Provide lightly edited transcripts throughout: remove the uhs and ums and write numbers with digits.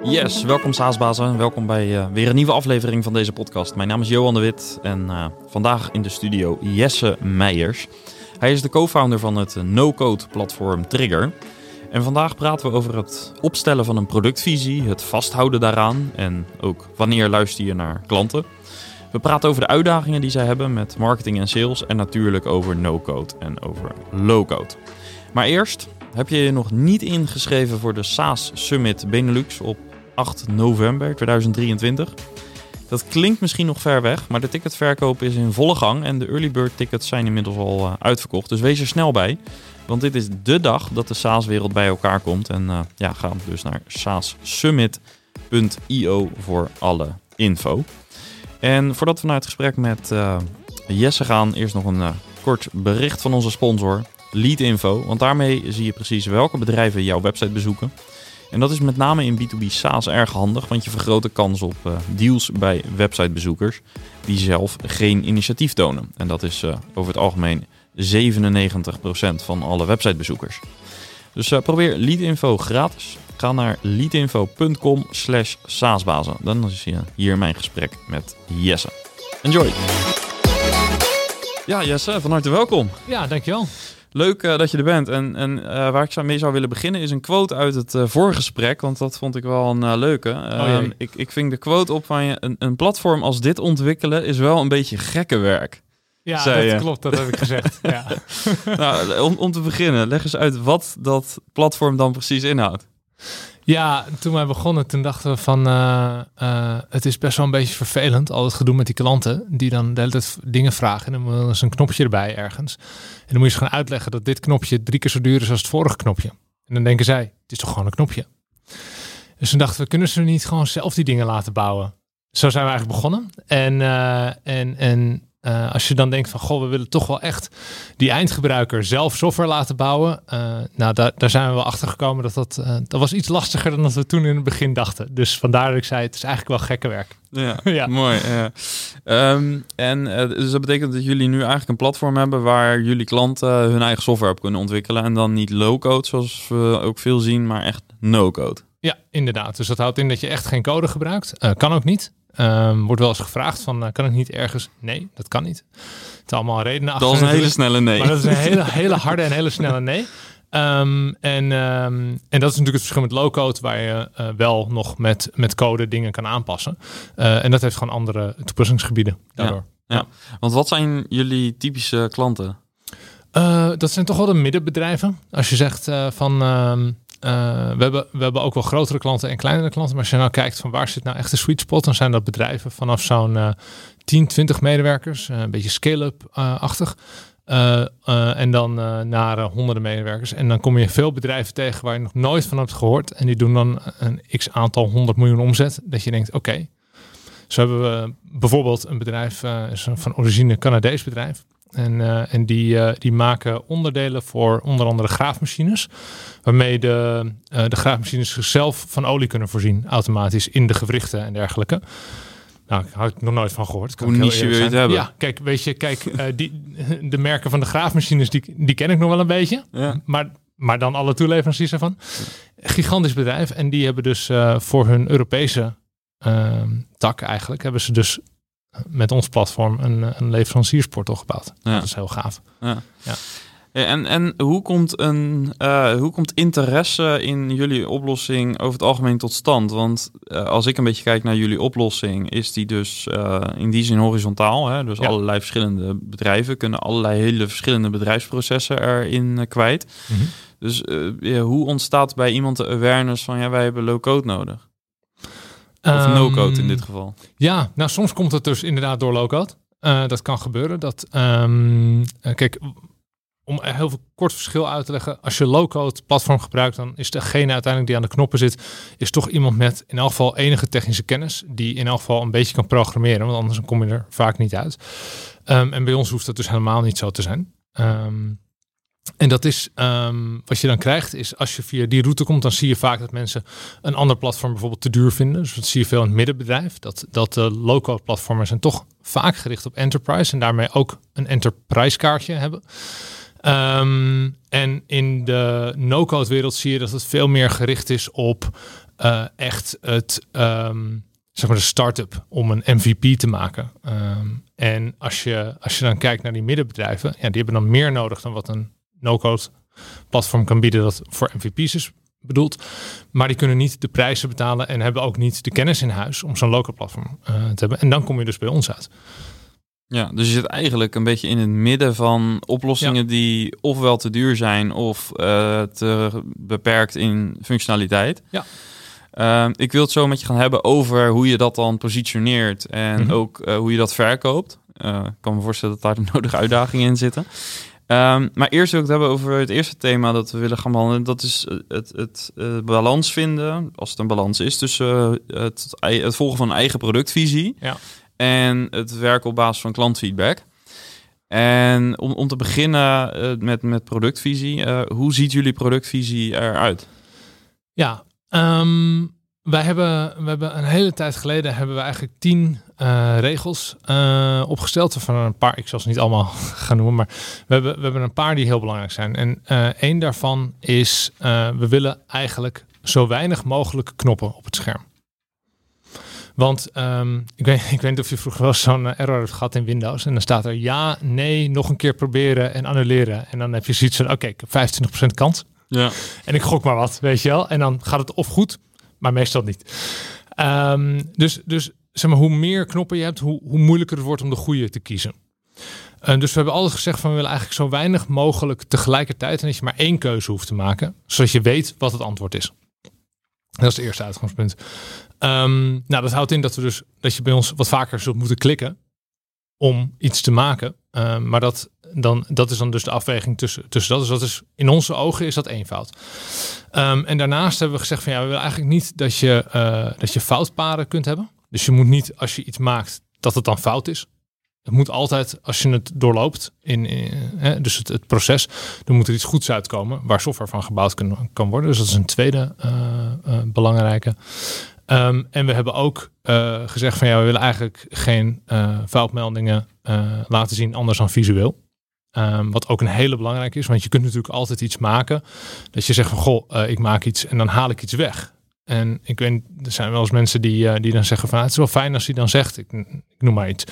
Yes, welkom SaaSbazen. Welkom bij weer een nieuwe aflevering van deze podcast. Mijn naam is Johan de Wit en vandaag in de studio Jesse Meijers. Hij is de co-founder van het no-code platform Trigger. En vandaag praten we over het opstellen van een productvisie, het vasthouden daaraan en ook wanneer luister je naar klanten. We praten over de uitdagingen die zij hebben met marketing en sales en natuurlijk over no-code en over low-code. Maar eerst, heb je je nog niet ingeschreven voor de SaaS Summit Benelux op 8 november 2023? Dat klinkt misschien nog ver weg, maar de ticketverkoop is in volle gang en de early bird tickets zijn inmiddels al uitverkocht. Dus wees er snel bij, want dit is de dag dat de SaaS-wereld bij elkaar komt. En ga dus naar saassummit.io voor alle info. En voordat we naar het gesprek met Jesse gaan, eerst nog een kort bericht van onze sponsor, Leadinfo. Want daarmee zie je precies welke bedrijven jouw website bezoeken. En dat is met name in B2B SaaS erg handig, want je vergroot de kans op deals bij websitebezoekers die zelf geen initiatief tonen. En dat is over het algemeen 97% van alle websitebezoekers. Dus probeer Leadinfo gratis. Ga naar leadinfo.com/saasbazen. Dan is hier mijn gesprek met Jesse. Enjoy! Ja, Jesse, van harte welkom. Ja, dankjewel. Leuk dat je er bent. En waar ik mee zou willen beginnen is een quote uit het vorige gesprek. Want dat vond ik wel een leuke. Ik ving de quote op van je. Een platform als dit ontwikkelen is wel een beetje gekke werk. Ja, dat klopt. Dat heb ik gezegd. Ja. Nou, om te beginnen, leg eens uit wat dat platform dan precies inhoudt. Ja, toen wij begonnen, toen dachten we van... het is best wel een beetje vervelend, al het gedoe met die klanten... die dan de hele tijd dingen vragen. En dan moet er een knopje erbij ergens. En dan moet je ze gaan uitleggen dat dit knopje 3 keer zo duur is als het vorige knopje. En dan denken zij, het is toch gewoon een knopje. Dus toen dachten we, kunnen ze niet gewoon zelf die dingen laten bouwen? Zo zijn we eigenlijk begonnen. En als je dan denkt van, goh, we willen toch wel echt die eindgebruiker zelf software laten bouwen. Daar zijn we wel achter gekomen dat was iets lastiger dan dat we toen in het begin dachten. Dus vandaar dat ik zei, het is eigenlijk wel gekke werk. Ja, ja. Mooi. Ja. Dus dat betekent dat jullie nu eigenlijk een platform hebben waar jullie klanten hun eigen software op kunnen ontwikkelen. En dan niet low-code zoals we ook veel zien, maar echt no-code. Ja, inderdaad. Dus dat houdt in dat je echt geen code gebruikt. Kan ook niet. Wordt wel eens gevraagd van, kan ik niet ergens? Nee, dat kan niet. Het is allemaal redenen achter. Dat is een hele snelle nee. Maar dat is een hele harde en hele snelle nee. En dat is natuurlijk het verschil met low-code, waar je wel nog met code dingen kan aanpassen. En dat heeft gewoon andere toepassingsgebieden daardoor. Ja. Want wat zijn jullie typische klanten? Dat zijn toch wel de middenbedrijven. Als je zegt we hebben ook wel grotere klanten en kleinere klanten. Maar als je nou kijkt van waar zit nou echt de sweet spot, dan zijn dat bedrijven vanaf zo'n 10, 20 medewerkers. Een beetje scale-up-achtig. En dan naar honderden medewerkers. En dan kom je veel bedrijven tegen waar je nog nooit van hebt gehoord. En die doen dan een x-aantal 100 miljoen omzet. Dat je denkt, oké. Zo hebben we bijvoorbeeld een bedrijf, is van origine Canadees bedrijf. En die maken onderdelen voor onder andere graafmachines. Waarmee de graafmachines zichzelf van olie kunnen voorzien. Automatisch in de gewrichten en dergelijke. Nou, ik had nog nooit van gehoord. Hoe niche wil je het hebben? Ja, kijk, de merken van de graafmachines, die ken ik nog wel een beetje. Ja. Maar dan alle toeleveranciers ervan. Gigantisch bedrijf. En die hebben dus voor hun Europese tak eigenlijk, hebben ze dus met ons platform een leveranciersportal gebouwd. Ja. Dat is heel gaaf. Ja. Ja. En hoe komt interesse in jullie oplossing over het algemeen tot stand? Want als ik een beetje kijk naar jullie oplossing, is die dus in die zin horizontaal. Hè? Dus allerlei verschillende bedrijven kunnen allerlei hele verschillende bedrijfsprocessen erin kwijt. Mm-hmm. Dus hoe ontstaat bij iemand de awareness van wij hebben low-code nodig? Of no-code in dit geval. Ja, nou soms komt het dus inderdaad door low-code. Dat kan gebeuren. Kijk, om heel veel kort verschil uit te leggen. Als je low-code platform gebruikt, dan is degene uiteindelijk die aan de knoppen zit, is toch iemand met in elk geval enige technische kennis, die in elk geval een beetje kan programmeren, want anders kom je er vaak niet uit. En bij ons hoeft dat dus helemaal niet zo te zijn. En dat is wat je dan krijgt, is als je via die route komt, dan zie je vaak dat mensen een ander platform bijvoorbeeld te duur vinden. Dus dat zie je veel in het middenbedrijf. Dat de low-code platformen zijn toch vaak gericht op enterprise en daarmee ook een enterprise kaartje hebben. En in de no-code wereld zie je dat het veel meer gericht is op echt zeg maar de start-up om een MVP te maken. En als je dan kijkt naar die middenbedrijven, die hebben dan meer nodig dan wat een no-code platform kan bieden dat voor MVP's is bedoeld. Maar die kunnen niet de prijzen betalen en hebben ook niet de kennis in huis om zo'n local platform te hebben. En dan kom je dus bij ons uit. Ja, dus je zit eigenlijk een beetje in het midden van oplossingen die ofwel te duur zijn of te beperkt in functionaliteit. Ja. Ik wil het zo met je gaan hebben over hoe je dat dan positioneert en ook hoe je dat verkoopt. Ik kan me voorstellen dat daar de nodige uitdagingen in zitten. Maar eerst wil ik het hebben over het eerste thema dat we willen gaan behandelen. Dat is het balans vinden, als het een balans is, tussen het volgen van een eigen productvisie en het werken op basis van klantfeedback. En om te beginnen met productvisie, hoe ziet jullie productvisie eruit? Ja, we hebben een hele tijd geleden eigenlijk 10 regels opgesteld. Van een paar, ik zal ze niet allemaal gaan noemen, maar we hebben een paar die heel belangrijk zijn. En één daarvan is, we willen eigenlijk zo weinig mogelijk knoppen op het scherm. Want ik weet niet of je vroeger wel zo'n error hebt gehad in Windows. En dan staat er ja, nee, nog een keer proberen en annuleren. En dan heb je zoiets van, oké, ik heb 25% kans. Ja. En ik gok maar wat, weet je wel. En dan gaat het of goed, maar meestal niet. Dus zeg maar, hoe meer knoppen je hebt, hoe moeilijker het wordt om de goede te kiezen. Dus we hebben altijd gezegd van we willen eigenlijk zo weinig mogelijk tegelijkertijd. En dat je maar 1 keuze hoeft te maken, zodat je weet wat het antwoord is. Dat is het eerste uitgangspunt. Dat houdt in dat je bij ons wat vaker zult moeten klikken om iets te maken. Maar dat is dan dus de afweging tussen dat. Dus dat is, in onze ogen is dat eenvoud. En daarnaast hebben we gezegd van we willen eigenlijk niet dat je foutpaden kunt hebben. Dus je moet niet, als je iets maakt, dat het dan fout is. Het moet altijd, als je het doorloopt, dus het proces, dan moet er iets goeds uitkomen waar software van gebouwd kan worden. Dus dat is een tweede belangrijke. En we hebben ook gezegd van we willen eigenlijk geen foutmeldingen laten zien anders dan visueel. Wat ook een hele belangrijke is, want je kunt natuurlijk altijd iets maken dat je zegt van ik maak iets en dan haal ik iets weg. En ik weet, er zijn wel eens mensen die dan zeggen van het is wel fijn als hij dan zegt, ik noem maar iets.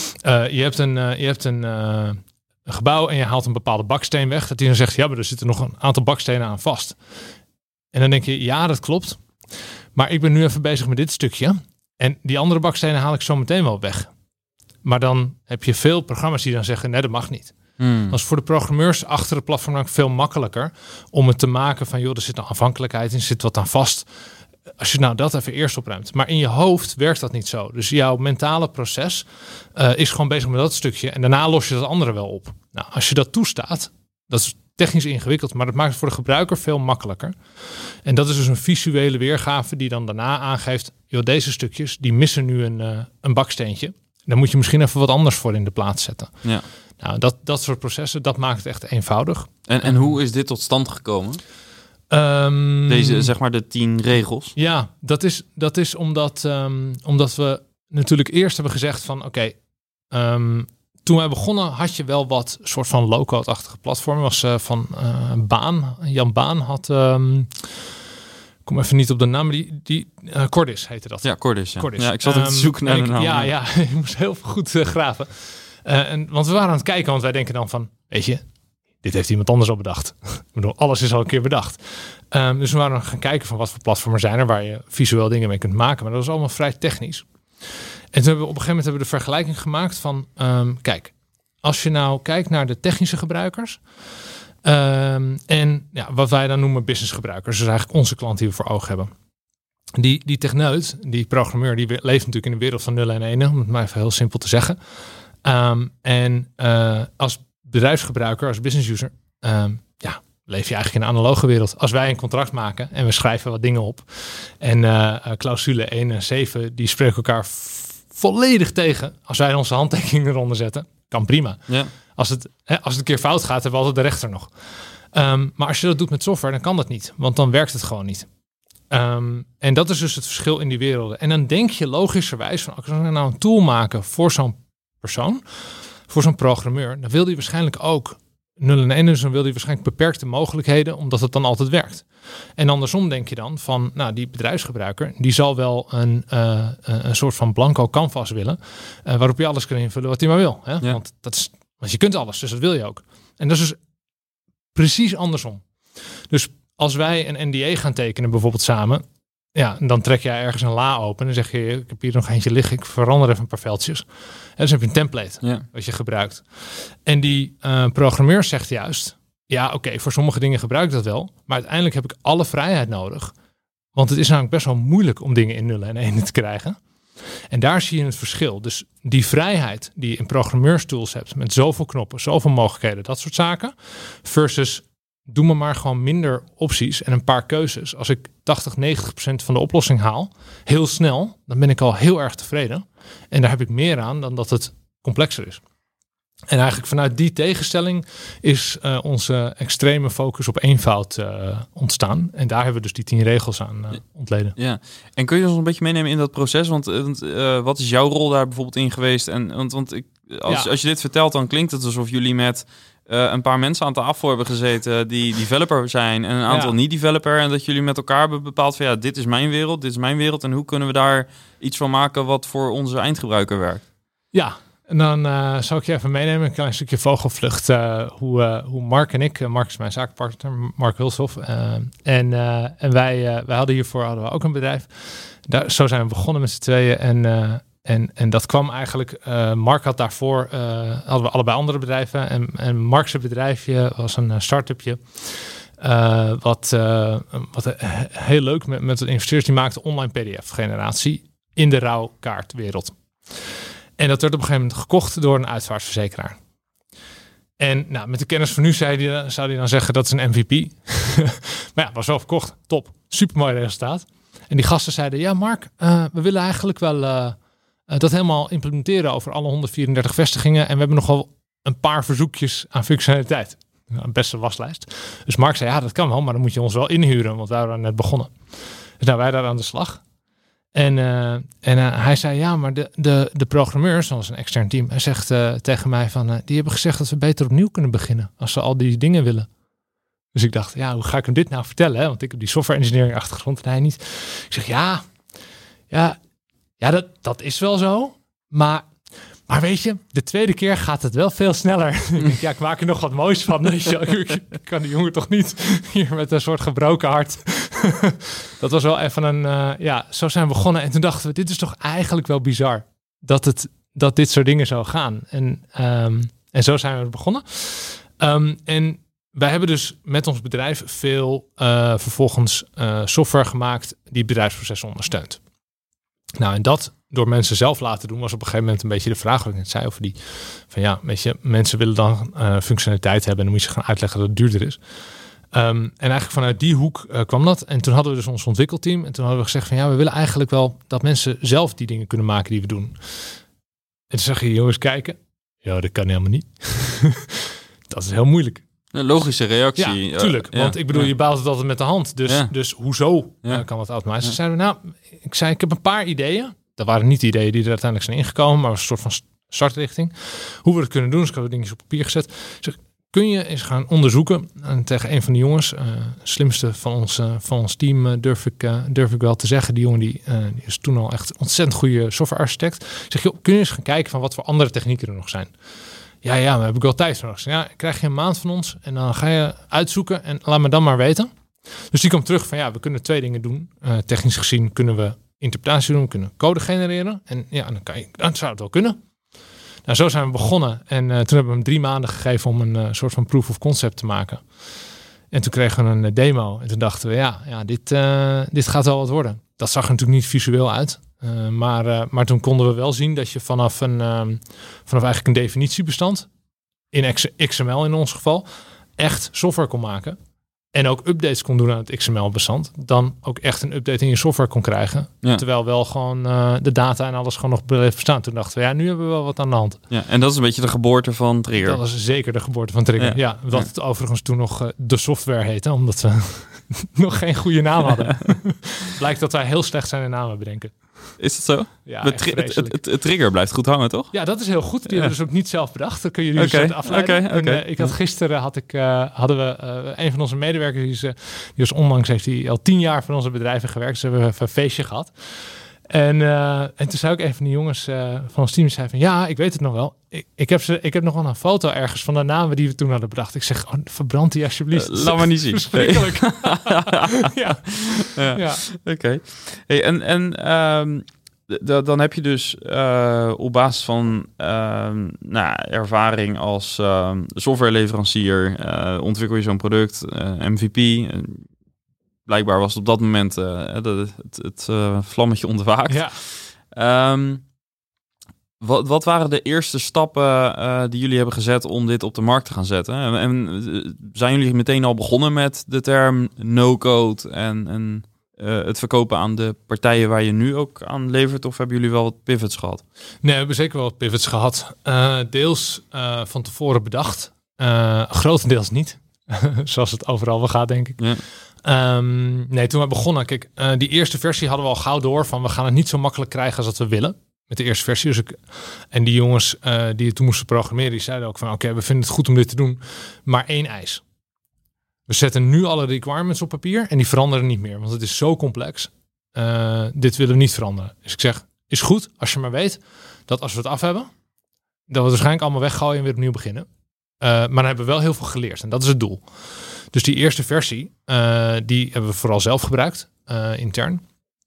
Je hebt een gebouw en je haalt een bepaalde baksteen weg. Dat hij dan zegt, maar er zitten nog een aantal bakstenen aan vast. En dan denk je, ja, dat klopt. Maar ik ben nu even bezig met dit stukje. En die andere bakstenen haal ik zo meteen wel weg. Maar dan heb je veel programma's die dan zeggen, nee, dat mag niet. Dat is voor de programmeurs achter het platform ook veel makkelijker om het te maken van, er zit een afhankelijkheid in, zit wat aan vast. Als je dat even eerst opruimt. Maar in je hoofd werkt dat niet zo. Dus jouw mentale proces is gewoon bezig met dat stukje. En daarna los je dat andere wel op. Nou, als je dat toestaat, dat is technisch ingewikkeld, maar dat maakt het voor de gebruiker veel makkelijker. En dat is dus een visuele weergave die dan daarna aangeeft, deze stukjes, die missen nu een baksteentje. Dan moet je misschien even wat anders voor in de plaats zetten. Ja. Nou, dat soort processen, dat maakt het echt eenvoudig. En hoe is dit tot stand gekomen? Deze, zeg maar, de 10 regels? Ja, dat is omdat we natuurlijk eerst hebben gezegd van toen wij begonnen had je wel wat soort van low-code-achtige platformen. Was van Baan. Jan Baan had... kom even niet op de naam, die Cordis heette dat. Ja, Cordis. Ja, ik zat even te zoeken naar de naam. Ja, ik moest heel goed graven. Want we waren aan het kijken, want wij denken dan van, weet je, dit heeft iemand anders al bedacht. Ik bedoel, alles is al een keer bedacht. Dus we waren gaan kijken van wat voor platformen zijn er waar je visueel dingen mee kunt maken. Maar dat was allemaal vrij technisch. En toen hebben we op een gegeven moment de vergelijking gemaakt van, kijk, als je nou kijkt naar de technische gebruikers en wat wij dan noemen businessgebruikers, dus eigenlijk onze klant die we voor ogen hebben. Die techneut, die programmeur, die leeft natuurlijk in de wereld van 0 en 1, om het maar even heel simpel te zeggen. Als bedrijfsgebruiker, als business user, leef je eigenlijk in een analoge wereld. Als wij een contract maken en we schrijven wat dingen op en clausule 1 en 7, die spreken elkaar volledig tegen. Als wij onze handtekening eronder zetten, kan prima. Ja. Als het een keer fout gaat, hebben we altijd de rechter nog. Maar als je dat doet met software, dan kan dat niet. Want dan werkt het gewoon niet. En dat is dus het verschil in die werelden. En dan denk je logischerwijs van, als we nou een tool maken voor zo'n persoon, voor zo'n programmeur, dan wil die waarschijnlijk ook 0 en 1 is, dan wil hij waarschijnlijk beperkte mogelijkheden, omdat het dan altijd werkt. En andersom denk je dan van, nou, die bedrijfsgebruiker, die zal wel een soort van blanco canvas willen, waarop je alles kan invullen wat hij maar wil. Hè? Ja. Want je kunt alles, dus dat wil je ook. En dat is dus precies andersom. Dus als wij een NDA gaan tekenen, bijvoorbeeld samen, ja, dan trek jij ergens een la open en dan zeg je, ik heb hier nog eentje liggen, ik verander even een paar veldjes. En dus heb je een template wat je gebruikt. En die programmeur zegt juist, ja, oké, voor sommige dingen gebruik ik dat wel, maar uiteindelijk heb ik alle vrijheid nodig. Want het is namelijk best wel moeilijk om dingen in 0 en 1 te krijgen. En daar zie je het verschil. Dus die vrijheid die je in programmeurstools hebt, met zoveel knoppen, zoveel mogelijkheden, dat soort zaken, versus doe me maar gewoon minder opties en een paar keuzes. Als ik 80-90% van de oplossing haal, heel snel, dan ben ik al heel erg tevreden. En daar heb ik meer aan dan dat het complexer is. En eigenlijk vanuit die tegenstelling is onze extreme focus op eenvoud ontstaan. En daar hebben we dus die 10 regels aan ontleden. Ja, en kun je ons een beetje meenemen in dat proces? Want wat is jouw rol daar bijvoorbeeld in geweest? En als je dit vertelt, dan klinkt het alsof jullie met een paar mensen aan tafel hebben gezeten die developer zijn en een aantal niet-developer. En dat jullie met elkaar hebben bepaald van, ja, dit is mijn wereld, dit is mijn wereld. En hoe kunnen we daar iets van maken wat voor onze eindgebruiker werkt? Ja. En dan zou ik je even meenemen, een klein stukje vogelvlucht, hoe Mark en ik, Mark is mijn zakenpartner, Mark Hulshoff, en wij hadden we ook een bedrijf. Zo zijn we begonnen met z'n tweeën en dat kwam eigenlijk, Mark had daarvoor, hadden we allebei andere bedrijven en Mark's bedrijfje was een start-upje. Wat heel leuk met de investeerders, die maakte online PDF-generatie in de rouwkaartwereld. En dat werd op een gegeven moment gekocht door een uitvaartverzekeraar. En nou, met de kennis van nu zou hij dan zeggen dat is een MVP. Maar ja, was wel verkocht. Top. Supermooi resultaat. En die gasten zeiden, ja Mark, we willen eigenlijk wel dat helemaal implementeren over alle 134 vestigingen. En we hebben nog wel een paar verzoekjes aan functionaliteit. Een beste waslijst. Dus Mark zei, ja dat kan wel, maar dan moet je ons wel inhuren. Want wij waren net begonnen. Dus nou, wij daar aan de slag. En hij zei, ja, maar de programmeurs, dat was een extern team, hij zegt tegen mij van, die hebben gezegd dat we beter opnieuw kunnen beginnen als ze al die dingen willen. Dus ik dacht, ja, hoe ga ik hem dit nou vertellen? Hè? Want ik heb die software engineering achtergrond en hij niet. Ik zeg, ja, dat is wel zo, maar weet je, de tweede keer gaat het wel veel sneller. Ik denk, ja, ik maak er nog wat moois van. Ik kan die jongen toch niet hier met een soort gebroken hart. Dat was wel even zo zijn we begonnen. En toen dachten we, dit is toch eigenlijk wel bizar dat dit soort dingen zo gaan. En zo zijn we begonnen. En wij hebben dus met ons bedrijf veel vervolgens software gemaakt die bedrijfsprocessen ondersteunt. Nou, en dat door mensen zelf laten doen was op een gegeven moment een beetje de vraag wat ik net zei over die van ja, weet je, mensen willen dan functionaliteit hebben en dan moet je gaan uitleggen dat het duurder is. En eigenlijk vanuit die hoek kwam dat. En toen hadden we dus ons ontwikkelteam en toen hadden we gezegd van ja, we willen eigenlijk wel dat mensen zelf die dingen kunnen maken die we doen. En toen zag je jongens kijken, ja, dat kan helemaal niet. Dat is heel moeilijk. Een logische reactie. Ja, tuurlijk. Want ik bedoel, je bouwt het altijd met de hand. Dus hoezo kan dat automatisch? Ze zeiden, nou, ik heb een paar ideeën. Dat waren niet de ideeën die er uiteindelijk zijn ingekomen, maar een soort van startrichting. Hoe we het kunnen doen, dus ik had dingetjes op papier gezet. Ik zeg, kun je eens gaan onderzoeken? En tegen een van de jongens, slimste van ons team, durf ik wel te zeggen. Die jongen die is toen al echt ontzettend goede softwarearchitect. Ik zeg, joh, kun je eens gaan kijken van wat voor andere technieken er nog zijn? Ja, maar heb ik wel tijd voor nodig. Ja, krijg je een maand van ons en dan ga je uitzoeken en laat me dan maar weten. Dus die kwam terug van ja, we kunnen 2 dingen doen. Technisch gezien kunnen we interpretatie doen, we kunnen code genereren. En ja, dan zou het wel kunnen. Nou, zo zijn we begonnen. En toen hebben we hem 3 maanden gegeven om een soort van proof of concept te maken. En toen kregen we een demo. En toen dachten we, ja, dit gaat wel wat worden. Dat zag er natuurlijk niet visueel uit. Maar toen konden we wel zien dat je vanaf eigenlijk een definitiebestand, in XML in ons geval, echt software kon maken. En ook updates kon doen aan het XML-bestand. Dan ook echt een update in je software kon krijgen. Ja. Terwijl wel gewoon de data en alles gewoon nog bleef staan. Toen dachten we, ja, nu hebben we wel wat aan de hand. Ja, en dat is een beetje de geboorte van Trigger. Dat was zeker de geboorte van Trigger. Ja, wat het overigens toen nog de software heette. Omdat we nog geen goede naam hadden. Blijkt dat wij heel slecht zijn in namen bedenken. Is dat zo? Ja, het trigger blijft goed hangen, toch? Ja, dat is heel goed. Die hebben we dus ook niet zelf bedacht. Dat kunnen jullie dus afleiden. Okay. Gisteren hadden we een van onze medewerkers, die was onlangs heeft hij al 10 jaar van onze bedrijven gewerkt. Dus we hebben een feestje gehad. En toen zei ook een van die jongens van ons team, zei van ja, ik weet het nog wel. Ik heb nog wel een foto ergens van de namen die we toen hadden bedacht. Ik zeg, verbrand die alsjeblieft. Laat maar niet zien. Verschrikkelijk. Ja. Oké. Hey, en dan heb je dus op basis van ervaring als softwareleverancier ontwikkel je zo'n product, MVP. Blijkbaar was het op dat moment het vlammetje ontwaakt. Ja. Wat waren de eerste stappen die jullie hebben gezet om dit op de markt te gaan zetten? En zijn jullie meteen al begonnen met de term no-code en het verkopen aan de partijen waar je nu ook aan levert? Of hebben jullie wel wat pivots gehad? Nee, we hebben zeker wel wat pivots gehad. Deels van tevoren bedacht. Grotendeels niet. Zoals het overal wel gaat, denk ik. Ja. Nee, toen we begonnen, kijk, die eerste versie hadden we al gauw door van we gaan het niet zo makkelijk krijgen als dat we willen. Met de eerste versie. Dus en die jongens die het toen moesten programmeren, die zeiden ook van oké, we vinden het goed om dit te doen. Maar 1 eis. We zetten nu alle requirements op papier en die veranderen niet meer. Want het is zo complex. Dit willen we niet veranderen. Dus ik zeg, is goed als je maar weet dat als we het af hebben, dat we het waarschijnlijk allemaal weggooien en weer opnieuw beginnen. Maar dan hebben we wel heel veel geleerd. En dat is het doel. Dus die eerste versie, die hebben we vooral zelf gebruikt, intern.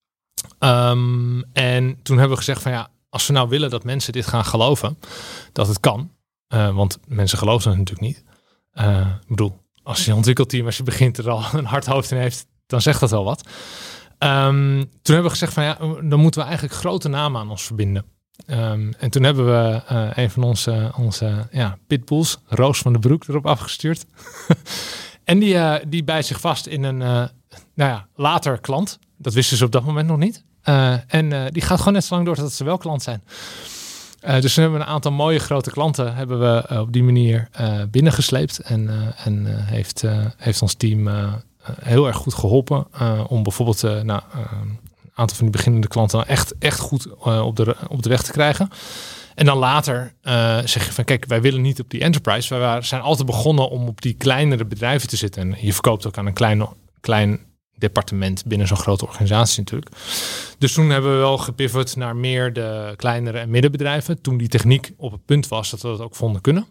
En toen hebben we gezegd van ja, als we nou willen dat mensen dit gaan geloven, dat het kan. Want mensen geloven het natuurlijk niet. Ik bedoel, als je ontwikkelteam, als je begint er al een hard hoofd in heeft, dan zegt dat wel wat. Toen hebben we gezegd van ja, dan moeten we eigenlijk grote namen aan ons verbinden. En toen hebben we een van onze pitbulls, Roos van den Broek, erop afgestuurd. En die bijt zich vast in een later klant. Dat wisten ze op dat moment nog niet. En die gaat gewoon net zo lang door dat ze wel klant zijn. Dus toen hebben we een aantal mooie grote klanten hebben we op die manier binnengesleept. En heeft ons team heel erg goed geholpen om bijvoorbeeld een aantal van die beginnende klanten echt goed op de weg te krijgen. En dan later zeg je van kijk, wij willen niet op die enterprise. Wij zijn altijd begonnen om op die kleinere bedrijven te zitten. En je verkoopt ook aan een klein departement binnen zo'n grote organisatie natuurlijk. Dus toen hebben we wel gepivot naar meer de kleinere en middenbedrijven. Toen die techniek op het punt was dat we dat ook vonden kunnen.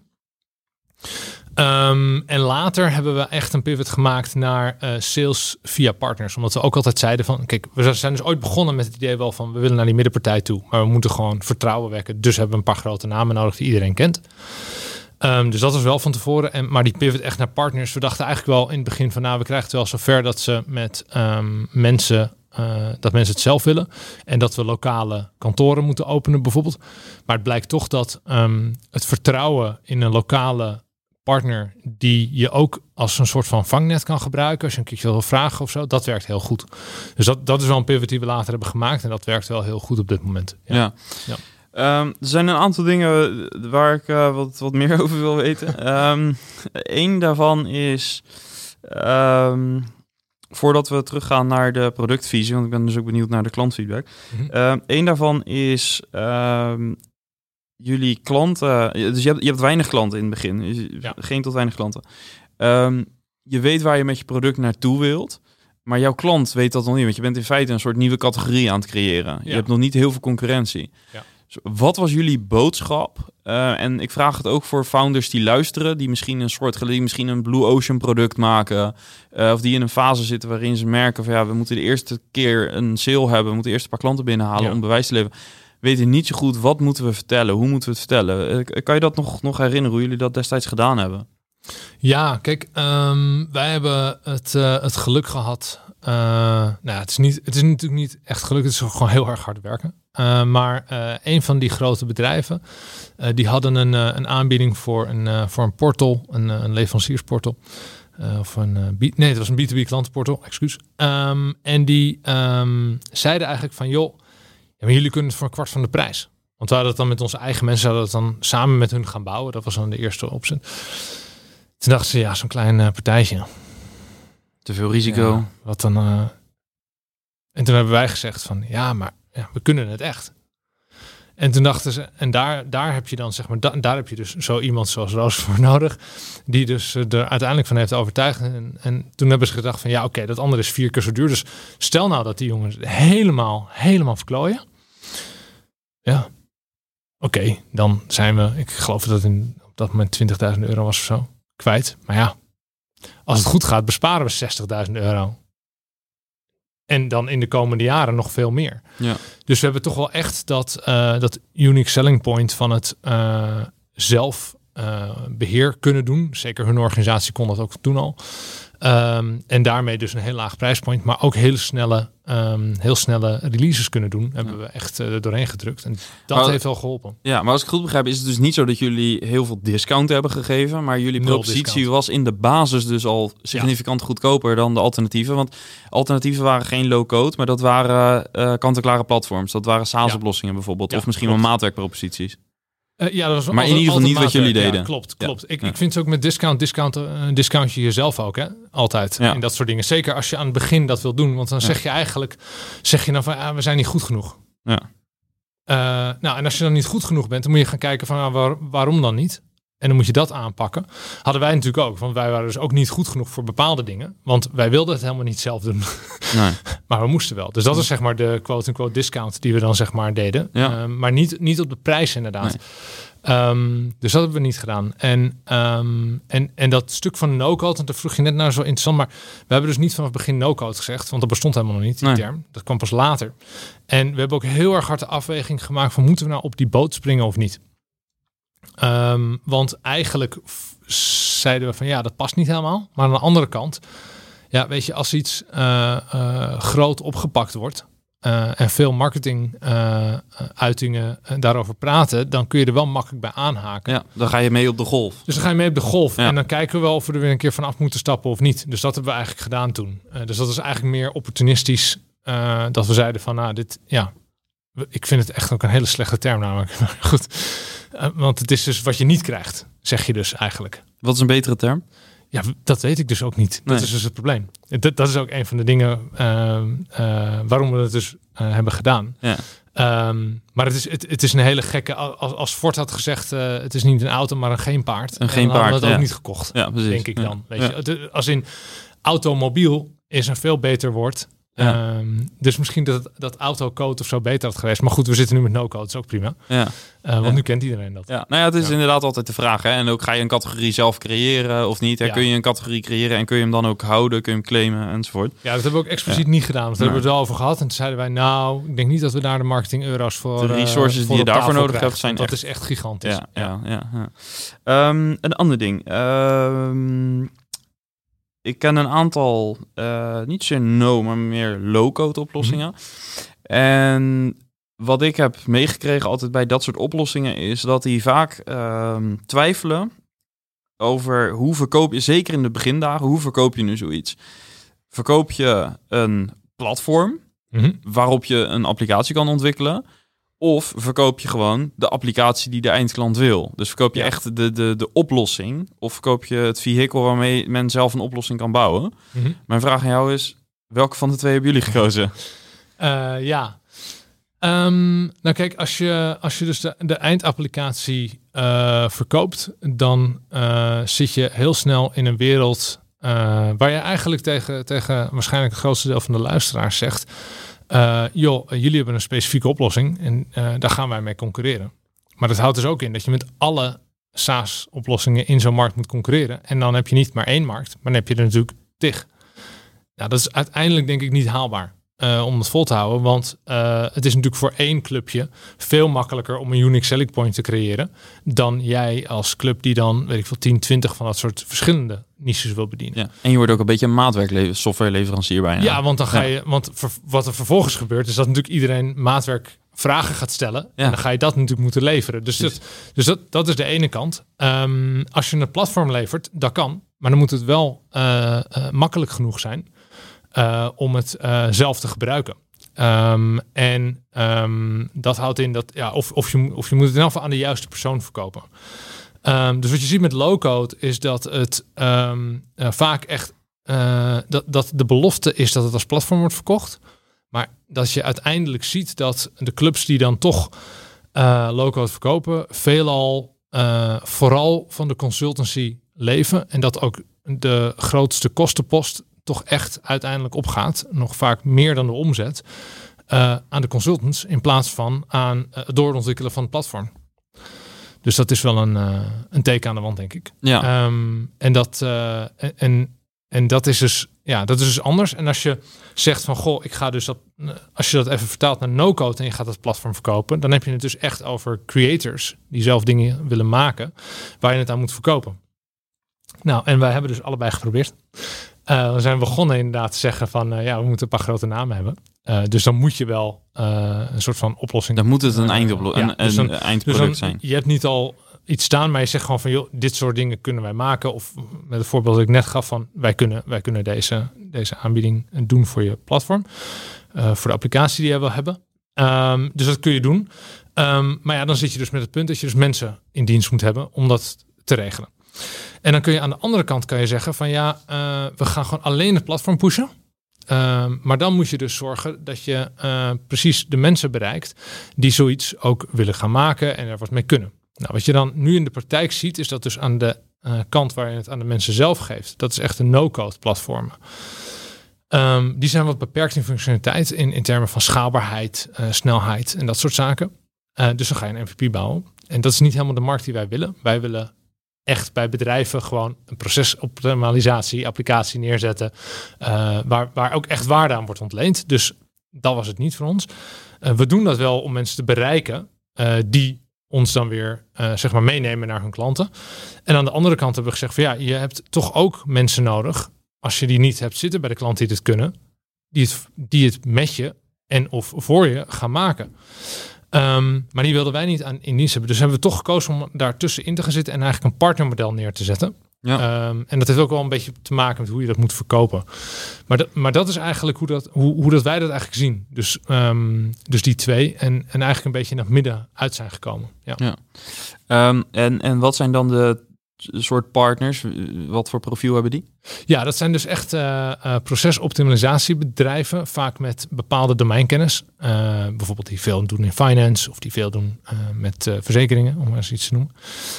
En later hebben we echt een pivot gemaakt naar sales via partners. Omdat we ook altijd zeiden van kijk, we zijn dus ooit begonnen met het idee wel van we willen naar die middenpartij toe. Maar we moeten gewoon vertrouwen wekken. Dus hebben we een paar grote namen nodig die iedereen kent. Dus dat was wel van tevoren. Maar die pivot echt naar partners. We dachten eigenlijk wel in het begin van we krijgen het wel zover dat ze met mensen het zelf willen. En dat we lokale kantoren moeten openen bijvoorbeeld. Maar het blijkt toch dat het vertrouwen in een lokale partner die je ook als een soort van vangnet kan gebruiken. Als je een keertje wil vragen of zo. Dat werkt heel goed. Dus dat is wel een pivot die we later hebben gemaakt. En dat werkt wel heel goed op dit moment. Ja. Er zijn een aantal dingen waar ik wat meer over wil weten. Eén daarvan is, voordat we teruggaan naar de productvisie, want ik ben dus ook benieuwd naar de klantfeedback. Eén daarvan is jullie klanten. Dus je hebt weinig klanten in het begin. Geen tot weinig klanten. Je weet waar je met je product naartoe wilt. Maar jouw klant weet dat nog niet. Want je bent in feite een soort nieuwe categorie aan het creëren. Je hebt nog niet heel veel concurrentie. Ja. Wat was jullie boodschap? En ik vraag het ook voor founders die luisteren, die misschien een Blue Ocean product maken, of die in een fase zitten waarin ze merken van we moeten de eerste keer een sale hebben, we moeten eerst een paar klanten binnenhalen om bewijs te leveren. Weten niet zo goed wat moeten we vertellen, hoe moeten we het vertellen? Kan je dat nog herinneren hoe jullie dat destijds gedaan hebben? Ja, kijk, wij hebben het geluk gehad. Het is natuurlijk niet echt geluk, het is gewoon heel erg hard werken. Maar een van die grote bedrijven, die hadden een aanbieding voor een portal, een leveranciersportal. Het was een B2B klantenportal, excuus. En die zeiden eigenlijk van, joh, maar jullie kunnen het voor 1/4 van de prijs. Want we hadden het dan met onze eigen mensen, hadden het dan samen met hun gaan bouwen. Dat was dan de eerste optie. Toen dachten ze, zo'n klein partijtje. Te veel risico. Ja, wat dan? En toen hebben wij gezegd van, maar we kunnen het echt. En toen dachten ze, en daar heb je dan zeg maar, daar heb je dus zo iemand zoals Roos voor nodig, die dus er uiteindelijk van heeft overtuigd. En toen hebben ze gedacht van oké, dat andere is 4 keer zo duur. Dus stel nou dat die jongens helemaal verklooien. Ja, oké, dan zijn we, ik geloof dat het op dat moment €20.000 was of zo, kwijt. Maar ja, als het goed gaat, besparen we €60.000. En dan in de komende jaren nog veel meer. Ja. Dus we hebben toch wel echt dat unique selling point van het zelf beheer kunnen doen. Zeker hun organisatie kon dat ook toen al. En daarmee dus een heel laag prijspoint, maar ook heel snelle releases kunnen doen. Hebben we echt er doorheen gedrukt. En dat heeft wel geholpen. Ja, maar als ik het goed begrijp, is het dus niet zo dat jullie heel veel discount hebben gegeven, maar jullie propositie was in de basis dus al significant goedkoper dan de alternatieven. Want alternatieven waren geen low-code, maar dat waren kant-en-klare platforms. Dat waren SaaS-oplossingen bijvoorbeeld, of misschien wel maatwerkproposities. Dat was maar in ieder geval niet wat jullie deden. Ja, klopt. Ik vind het ook met discount je jezelf ook, hè? Altijd. In dat soort dingen. Zeker als je aan het begin dat wil doen. Want dan zeg je dan van, we zijn niet goed genoeg. Ja. En als je dan niet goed genoeg bent, dan moet je gaan kijken van, waarom dan niet? En dan moet je dat aanpakken. Hadden wij natuurlijk ook. Want wij waren dus ook niet goed genoeg voor bepaalde dingen. Want wij wilden het helemaal niet zelf doen. Nee. Maar we moesten wel. Dus dat is zeg maar de quote-unquote discount die we dan zeg maar deden. Ja. Maar niet op de prijs inderdaad. Nee. Dus dat hebben we niet gedaan. En dat stuk van no-code, want daar vroeg je net naar, zo interessant. Maar we hebben dus niet vanaf het begin no-code gezegd. Want dat bestond helemaal nog niet, die term. Dat kwam pas later. En we hebben ook heel erg hard de afweging gemaakt van, moeten we nou op die boot springen of niet? Want eigenlijk zeiden we van dat past niet helemaal. Maar aan de andere kant, weet je, als iets groot opgepakt wordt en veel marketing uitingen daarover praten, dan kun je er wel makkelijk bij aanhaken. Ja, dan ga je mee op de golf. Dus dan ga je mee op de golf en dan kijken we wel of we er weer een keer vanaf moeten stappen of niet. Dus dat hebben we eigenlijk gedaan toen. Dus dat is eigenlijk meer opportunistisch dat we zeiden van ik vind het echt ook een hele slechte term namelijk. Maar goed. Want het is dus wat je niet krijgt, zeg je dus eigenlijk. Wat is een betere term? Ja, dat weet ik dus ook niet. Dat is dus het probleem. Dat is ook een van de dingen waarom we het dus hebben gedaan. Ja. Maar het is een hele gekke... Als Ford had gezegd, het is niet een auto, maar een geen paard. Een geen paard, hadden we het ook niet gekocht. Ja, precies. Denk ik dan. Weet je? Als in automobiel is een veel beter woord. Ja. Dus misschien dat autocode of zo beter had geweest. Maar goed, we zitten nu met no-code, dat is ook prima. Ja. Want nu kent iedereen dat. Ja. Nou ja, het is inderdaad altijd de vraag. Hè? En ook, ga je een categorie zelf creëren of niet? Hè? Kun je een categorie creëren en kun je hem dan ook houden? Kun je hem claimen enzovoort? Ja, dat hebben we ook expliciet niet gedaan. Dat hebben we het wel over gehad. En toen zeiden wij, ik denk niet dat we daar de marketing euro's voor... De resources die je daarvoor nodig hebt zijn dat is echt gigantisch. Ja. Een ander ding. Ik ken een aantal, niet zozeer maar meer low-code oplossingen. En wat ik heb meegekregen altijd bij dat soort oplossingen is dat die vaak twijfelen over hoe verkoop je, zeker in de begindagen, hoe verkoop je nu zoiets? Verkoop je een platform waarop je een applicatie kan ontwikkelen? Of verkoop je gewoon de applicatie die de eindklant wil? Dus verkoop je echt de oplossing? Of verkoop je het vehikel waarmee men zelf een oplossing kan bouwen? Mijn vraag aan jou is, welke van de twee hebben jullie gekozen? Nou kijk, als je dus de eindapplicatie verkoopt, dan zit je heel snel in een wereld waar je eigenlijk tegen waarschijnlijk het grootste deel van de luisteraars zegt, jullie hebben een specifieke oplossing en daar gaan wij mee concurreren. Maar dat houdt dus ook in dat je met alle SaaS-oplossingen in zo'n markt moet concurreren. En dan heb je niet maar één markt, maar dan heb je er natuurlijk tig. Nou, dat is uiteindelijk denk ik niet haalbaar om het vol te houden. Want het is natuurlijk voor één clubje veel makkelijker om een unique selling point te creëren dan jij als club die dan, 10, 20 van dat soort verschillende niches wil bedienen. Ja. En je wordt ook een beetje een maatwerk softwareleverancier bijna. Ja, want dan ga je, wat er vervolgens gebeurt is dat natuurlijk iedereen maatwerk vragen gaat stellen. En dan ga je dat natuurlijk moeten leveren. Dus dat is de ene kant. Als je een platform levert, dat kan. Maar dan moet het wel makkelijk genoeg zijn om het zelf te gebruiken. Dat houdt in dat of je moet het in ieder geval aan de juiste persoon verkopen. Dus wat je ziet met low-code is dat het vaak echt dat de belofte is dat het als platform wordt verkocht. Maar dat je uiteindelijk ziet dat de clubs die dan toch low-code verkopen, veelal vooral van de consultancy leven. En dat ook de grootste kostenpost toch echt uiteindelijk opgaat. Nog vaak meer dan de omzet. Aan de consultants in plaats van aan het doorontwikkelen van het platform. Dus dat is wel een teken aan de wand, denk ik. Ja. En dat is dus anders. En als je zegt van, goh, ik ga dus als je dat even vertaalt naar no-code en je gaat dat platform verkopen, dan heb je het dus echt over creators die zelf dingen willen maken waar je het aan moet verkopen. Nou, en wij hebben dus allebei geprobeerd. We zijn begonnen inderdaad te zeggen van, we moeten een paar grote namen hebben. Dus dan moet je wel een soort van oplossing. Dan moet het een eindproduct zijn. Je hebt niet al iets staan, maar je zegt gewoon van, joh, dit soort dingen kunnen wij maken. Of met het voorbeeld dat ik net gaf van, wij kunnen deze aanbieding doen voor je platform. Voor de applicatie die je wil hebben. Dus dat kun je doen. Maar ja, dan zit je dus met het punt dat je dus mensen in dienst moet hebben om dat te regelen. En dan kun je aan de andere kant zeggen van we gaan gewoon alleen het platform pushen. Maar dan moet je dus zorgen dat je precies de mensen bereikt die zoiets ook willen gaan maken en er wat mee kunnen. Nou, wat je dan nu in de praktijk ziet, is dat dus aan de kant waar je het aan de mensen zelf geeft. Dat is echt de no-code platformen. Die zijn wat beperkt in functionaliteit in termen van schaalbaarheid, snelheid en dat soort zaken. Dus dan ga je een MVP bouwen. En dat is niet helemaal de markt die wij willen. Wij willen echt bij bedrijven gewoon een procesoptimalisatie, applicatie neerzetten, waar ook echt waarde aan wordt ontleend. Dus dat was het niet voor ons. We doen dat wel om mensen te bereiken die ons dan weer meenemen naar hun klanten. En aan de andere kant hebben we gezegd van je hebt toch ook mensen nodig, als je die niet hebt zitten bij de klanten die dit kunnen, die het met je en of voor je gaan maken. Maar die wilden wij niet in dienst hebben. Dus hebben we toch gekozen om daartussenin te gaan zitten en eigenlijk een partnermodel neer te zetten. Ja. En dat heeft ook wel een beetje te maken met hoe je dat moet verkopen. Maar dat is eigenlijk hoe dat wij dat eigenlijk zien. Dus die twee en eigenlijk een beetje naar het midden uit zijn gekomen. Ja. En wat zijn dan de soort partners? Wat voor profiel hebben die? Ja, dat zijn dus echt procesoptimalisatiebedrijven, vaak met bepaalde domeinkennis. Bijvoorbeeld die veel doen in finance of die veel doen met verzekeringen, om maar eens iets te noemen.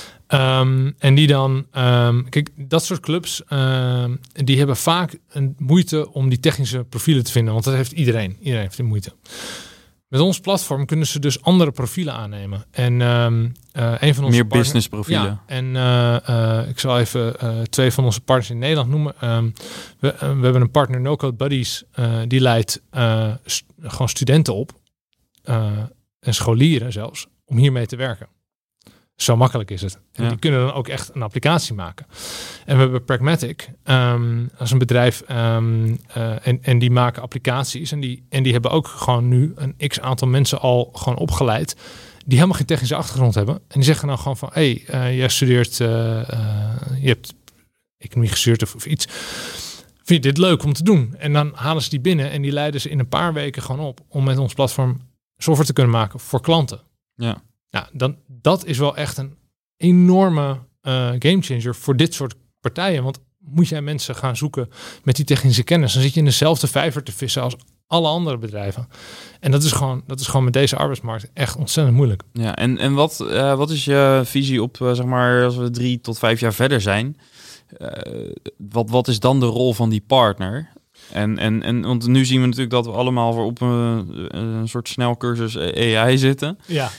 En die dan, kijk, dat soort clubs, die hebben vaak een moeite om die technische profielen te vinden, want dat heeft iedereen. Iedereen heeft die moeite. Met ons platform kunnen ze dus andere profielen aannemen. En een van onze meer business profielen. Ja, en ik zal even 2 van onze partners in Nederland noemen. We hebben een partner, No Code Buddies, die leidt gewoon studenten op en scholieren zelfs om hiermee te werken. Zo makkelijk is het. En die kunnen dan ook echt een applicatie maken. En we hebben Pragmatic als een bedrijf en die maken applicaties. En die hebben ook gewoon nu een x-aantal mensen al gewoon opgeleid die helemaal geen technische achtergrond hebben. En die zeggen dan gewoon van, jij studeert, je hebt economie gestudeerd of iets. Vind je dit leuk om te doen? En dan halen ze die binnen en die leiden ze in een paar weken gewoon op om met ons platform software te kunnen maken voor klanten. Ja. Nou, dat is wel echt een enorme gamechanger voor dit soort partijen. Want moet jij mensen gaan zoeken met die technische kennis, dan zit je in dezelfde vijver te vissen als alle andere bedrijven. En dat is gewoon met deze arbeidsmarkt echt ontzettend moeilijk. Ja, en wat is je visie op, als we 3 tot 5 jaar verder zijn? Wat is dan de rol van die partner? En want nu zien we natuurlijk dat we allemaal voor op een soort snelcursus AI zitten.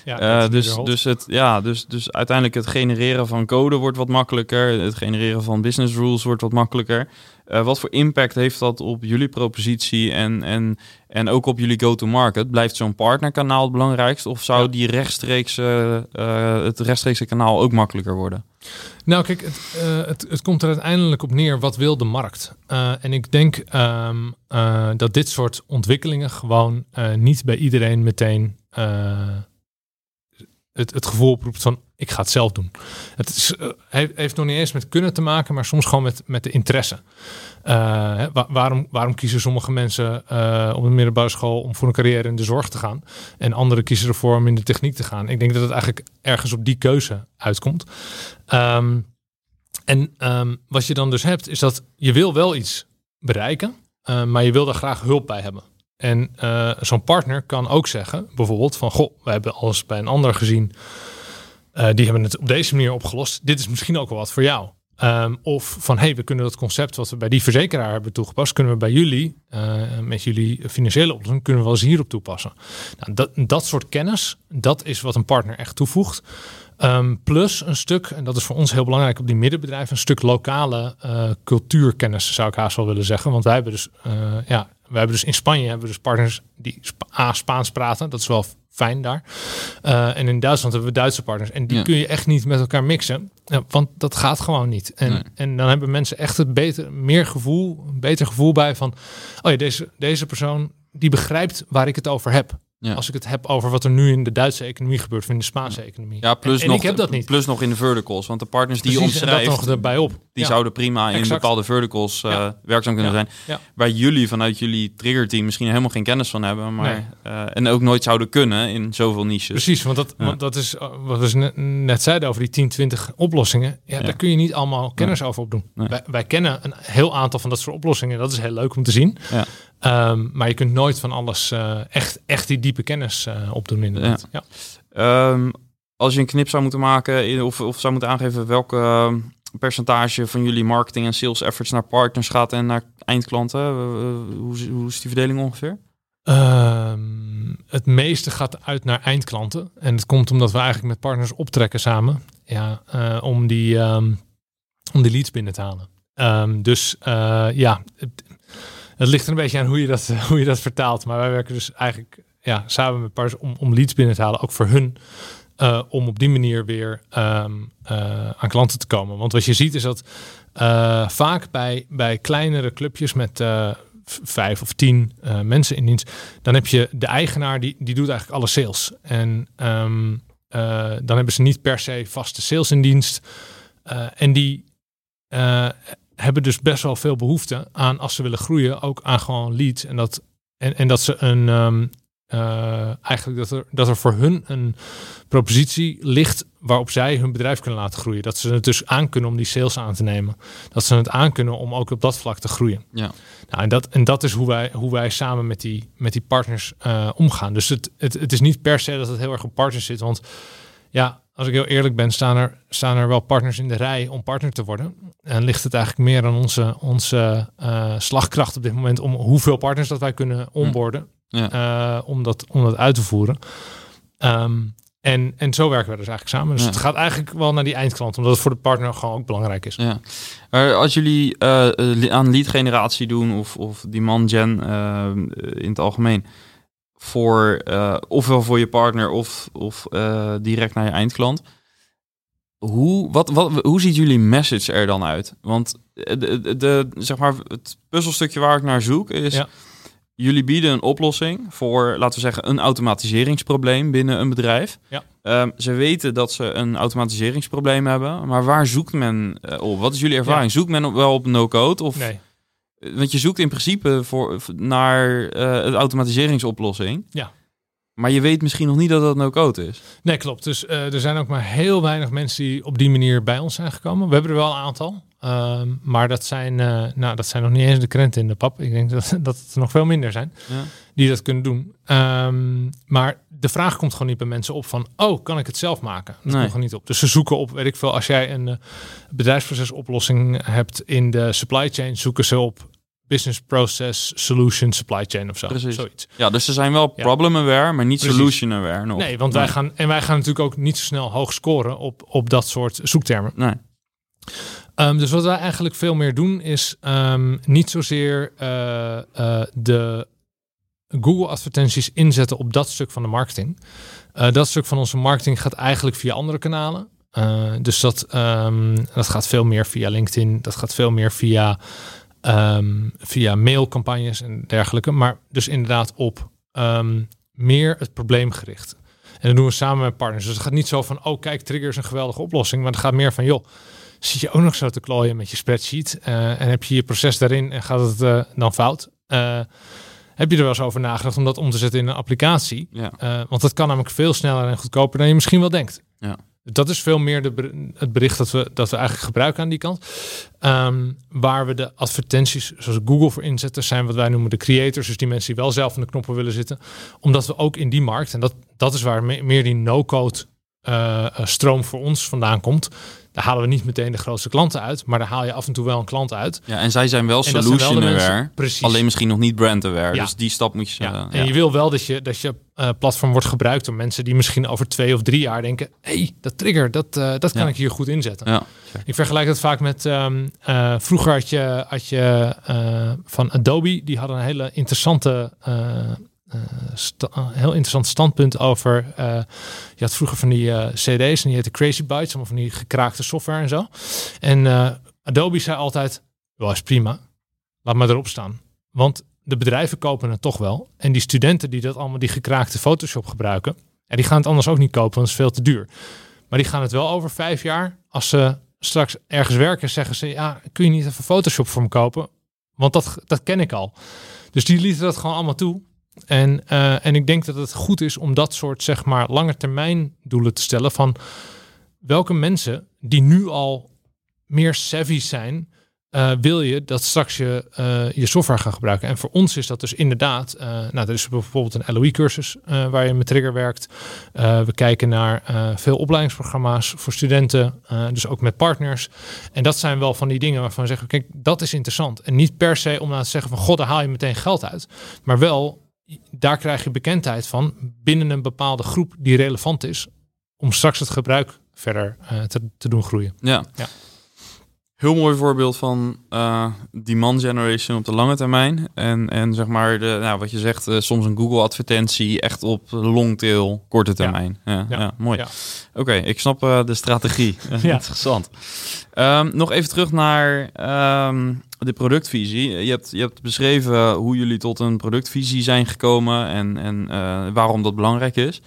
Dus uiteindelijk het genereren van code wordt wat makkelijker. Het genereren van business rules wordt wat makkelijker. Wat voor impact heeft dat op jullie propositie en ook op jullie go-to-market? Blijft zo'n partnerkanaal het belangrijkste? Of zou die het rechtstreekse kanaal ook makkelijker worden? Nou, kijk, het komt er uiteindelijk op neer. Wat wil de markt? En ik denk dat dit soort ontwikkelingen gewoon niet bij iedereen meteen het gevoel oproept van ik ga het zelf doen. Het heeft nog niet eens met kunnen te maken, maar soms gewoon met de interesse. Waarom kiezen sommige mensen op de middelbare school om voor een carrière in de zorg te gaan en anderen kiezen ervoor om in de techniek te gaan? Ik denk dat het eigenlijk ergens op die keuze uitkomt. Wat je dan dus hebt, is dat je wil wel iets bereiken, maar je wil daar graag hulp bij hebben. En zo'n partner kan ook zeggen, bijvoorbeeld van, goh, we hebben alles bij een ander gezien. Die hebben het op deze manier opgelost. Dit is misschien ook wel wat voor jou. Of van, we kunnen dat concept wat we bij die verzekeraar hebben toegepast, kunnen we bij jullie, met jullie financiële oplossing, kunnen we wel eens hierop toepassen. Nou, dat soort kennis, dat is wat een partner echt toevoegt. Plus een stuk, en dat is voor ons heel belangrijk op die middenbedrijven, een stuk lokale cultuurkennis, zou ik haast wel willen zeggen. Want wij hebben dus in Spanje hebben we dus partners die Spaans praten. Dat is wel fijn daar. En in Duitsland hebben we Duitse partners. En die kun je echt niet met elkaar mixen. Want dat gaat gewoon niet. En dan hebben mensen echt een beter gevoel bij van, deze persoon die begrijpt waar ik het over heb. Ja. Als ik het heb over wat er nu in de Duitse economie gebeurt, of in de Spaanse economie. Ja, plus en nog, ik heb dat niet. Plus nog in de verticals. Want de partners die je omschrijft, dat nog erbij op. Die zouden prima in bepaalde verticals werkzaam kunnen zijn. Ja. Waar jullie vanuit jullie triggerteam misschien helemaal geen kennis van hebben. Maar, en ook nooit zouden kunnen in zoveel niches. Precies, want dat is wat we net zeiden over die 10, 20 oplossingen. Ja, daar kun je niet allemaal kennis over opdoen. Nee. Wij kennen een heel aantal van dat soort oplossingen. Dat is heel leuk om te zien. Ja. Maar je kunt nooit van alles echt die diepe kennis opdoen inderdaad. Ja. Als je een knip zou moeten maken of zou moeten aangeven welke percentage van jullie marketing en sales efforts naar partners gaat en naar eindklanten, hoe is die verdeling ongeveer? Het meeste gaat uit naar eindklanten. En het komt omdat we eigenlijk met partners optrekken samen. Ja, om die leads binnen te halen. Het ligt er een beetje aan hoe je dat vertaalt. Maar wij werken dus eigenlijk samen met partners om leads binnen te halen. Ook voor hun. Om op die manier weer aan klanten te komen. Want wat je ziet is dat vaak bij kleinere clubjes met 5 of 10 mensen in dienst, dan heb je de eigenaar die doet eigenlijk alle sales. En dan hebben ze niet per se vaste sales in dienst. En die hebben dus best wel veel behoefte aan, als ze willen groeien, ook aan gewoon leads. En dat ze eigenlijk dat er voor hun een propositie ligt waarop zij hun bedrijf kunnen laten groeien. Dat ze het dus aan kunnen om die sales aan te nemen. Dat ze het aan kunnen om ook op dat vlak te groeien. Ja. Nou, en dat is hoe wij samen met die partners omgaan. Dus het is niet per se dat het heel erg op partners zit. Want ja, als ik heel eerlijk ben, staan er wel partners in de rij om partner te worden. En ligt het eigenlijk meer aan onze slagkracht op dit moment om hoeveel partners dat wij kunnen onboarden. Ja. Om dat uit te voeren. En zo werken we dus eigenlijk samen. Dus het gaat eigenlijk wel naar die eindklant, omdat het voor de partner gewoon ook belangrijk is. Ja. Als jullie aan lead generatie doen of demand gen in het algemeen, voor ofwel voor je partner of direct naar je eindklant, hoe ziet jullie message er dan uit? Want zeg maar het puzzelstukje waar ik naar zoek is, jullie bieden een oplossing voor, laten we zeggen, een automatiseringsprobleem binnen een bedrijf. Ja. Ze weten dat ze een automatiseringsprobleem hebben, maar waar zoekt men op? Wat is jullie ervaring? Ja. Zoekt men wel op no-code? Of, nee. Want je zoekt in principe naar een automatiseringsoplossing. Ja. Maar je weet misschien nog niet dat dat no-code is. Nee, klopt. Dus er zijn ook maar heel weinig mensen die op die manier bij ons zijn gekomen. We hebben er wel een aantal. Maar dat zijn nog niet eens de krenten in de pap. Ik denk dat het er nog veel minder zijn die dat kunnen doen. Maar de vraag komt gewoon niet bij mensen op van, kan ik het zelf maken? Dat komt gewoon niet op. Dus ze zoeken op, weet ik veel, als jij een bedrijfsprocesoplossing hebt in de supply chain, zoeken ze op business process solution supply chain of zo. Precies. Zoiets. Ja, dus ze zijn wel problem aware, maar niet solution aware nog. Nee, want wij gaan natuurlijk ook niet zo snel hoog scoren op dat soort zoektermen. Nee. Dus wat wij eigenlijk veel meer doen is niet zozeer de Google advertenties inzetten op dat stuk van de marketing. Dat stuk van onze marketing gaat eigenlijk via andere kanalen. Dus dat gaat veel meer via LinkedIn. Dat gaat veel meer via mailcampagnes en dergelijke. Maar dus inderdaad op meer het probleem gericht. En dat doen we samen met partners. Dus het gaat niet zo van, kijk, Trigger is een geweldige oplossing. Maar het gaat meer van, joh, zit je ook nog zo te klooien met je spreadsheet? En heb je je proces daarin en gaat het dan fout? Heb je er wel eens over nagedacht om dat om te zetten in een applicatie? Ja. Want dat kan namelijk veel sneller en goedkoper dan je misschien wel denkt. Ja. Dat is veel meer het bericht dat we eigenlijk gebruiken aan die kant. Waar we de advertenties, zoals Google voor inzetten, zijn wat wij noemen de creators. Dus die mensen die wel zelf aan de knoppen willen zitten. Omdat we ook in die markt, en dat is waar meer die no-code stroom voor ons vandaan komt. Daar halen we niet meteen de grootste klanten uit, maar daar haal je af en toe wel een klant uit. Ja, en zij zijn wel solution aware, alleen misschien nog niet brand aware. Ja. Dus die stap moet je... En je wil wel dat je platform wordt gebruikt door mensen die misschien over 2 of 3 jaar denken, dat trigger, dat kan ik hier goed inzetten. Ja. Ik vergelijk dat vaak met, vroeger had je van Adobe, die hadden een hele interessante... heel interessant standpunt over. Je had vroeger van die CD's en die heette Crazy Bytes, allemaal van die gekraakte software en zo. En Adobe zei altijd: wel is prima, laat maar erop staan. Want de bedrijven kopen het toch wel. En die studenten die dat allemaal die gekraakte Photoshop gebruiken, die gaan het anders ook niet kopen, want het is veel te duur. Maar die gaan het wel over 5 jaar, als ze straks ergens werken, zeggen ze: kun je niet even Photoshop voor me kopen? Want dat ken ik al. Dus die lieten dat gewoon allemaal toe. En ik denk dat het goed is om dat soort, zeg maar, lange termijn doelen te stellen van welke mensen die nu al meer savvy zijn, wil je dat straks je software gaan gebruiken. En voor ons is dat dus inderdaad, er is bijvoorbeeld een LOE-cursus waar je met Trigger werkt. We kijken naar veel opleidingsprogramma's voor studenten, dus ook met partners. En dat zijn wel van die dingen waarvan we zeggen, kijk, dat is interessant. En niet per se om nou te zeggen van, god, daar haal je meteen geld uit. Maar wel, daar krijg je bekendheid van binnen een bepaalde groep die relevant is om straks het gebruik verder te doen groeien. Ja. Heel mooi voorbeeld van demand generation op de lange termijn. En zeg maar, wat je zegt, soms een Google advertentie echt op longtail, korte termijn. Ja, mooi. Ja. Oké, ik snap de strategie. Interessant. Nog even terug naar de productvisie. Je hebt beschreven hoe jullie tot een productvisie zijn gekomen en waarom dat belangrijk is.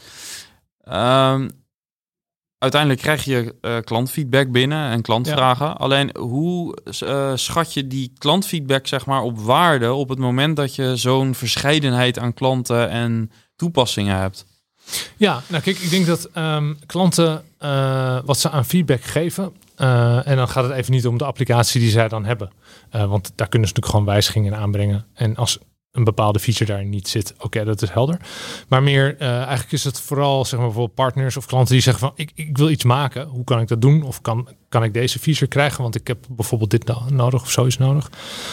Uiteindelijk krijg je klantfeedback binnen en klantvragen. Ja. Alleen hoe schat je die klantfeedback, zeg maar, op waarde op het moment dat je zo'n verscheidenheid aan klanten en toepassingen hebt? Ja, nou kijk, ik denk dat klanten wat ze aan feedback geven, en dan gaat het even niet om de applicatie die zij dan hebben. Want daar kunnen ze natuurlijk gewoon wijzigingen in aanbrengen. En als een bepaalde feature daar niet zit, oké, dat is helder. Maar meer, eigenlijk is het vooral, zeg maar, bijvoorbeeld partners of klanten die zeggen van, ik wil iets maken. Hoe kan ik dat doen? Of kan ik deze feature krijgen? Want ik heb bijvoorbeeld dit nodig of zoiets nodig.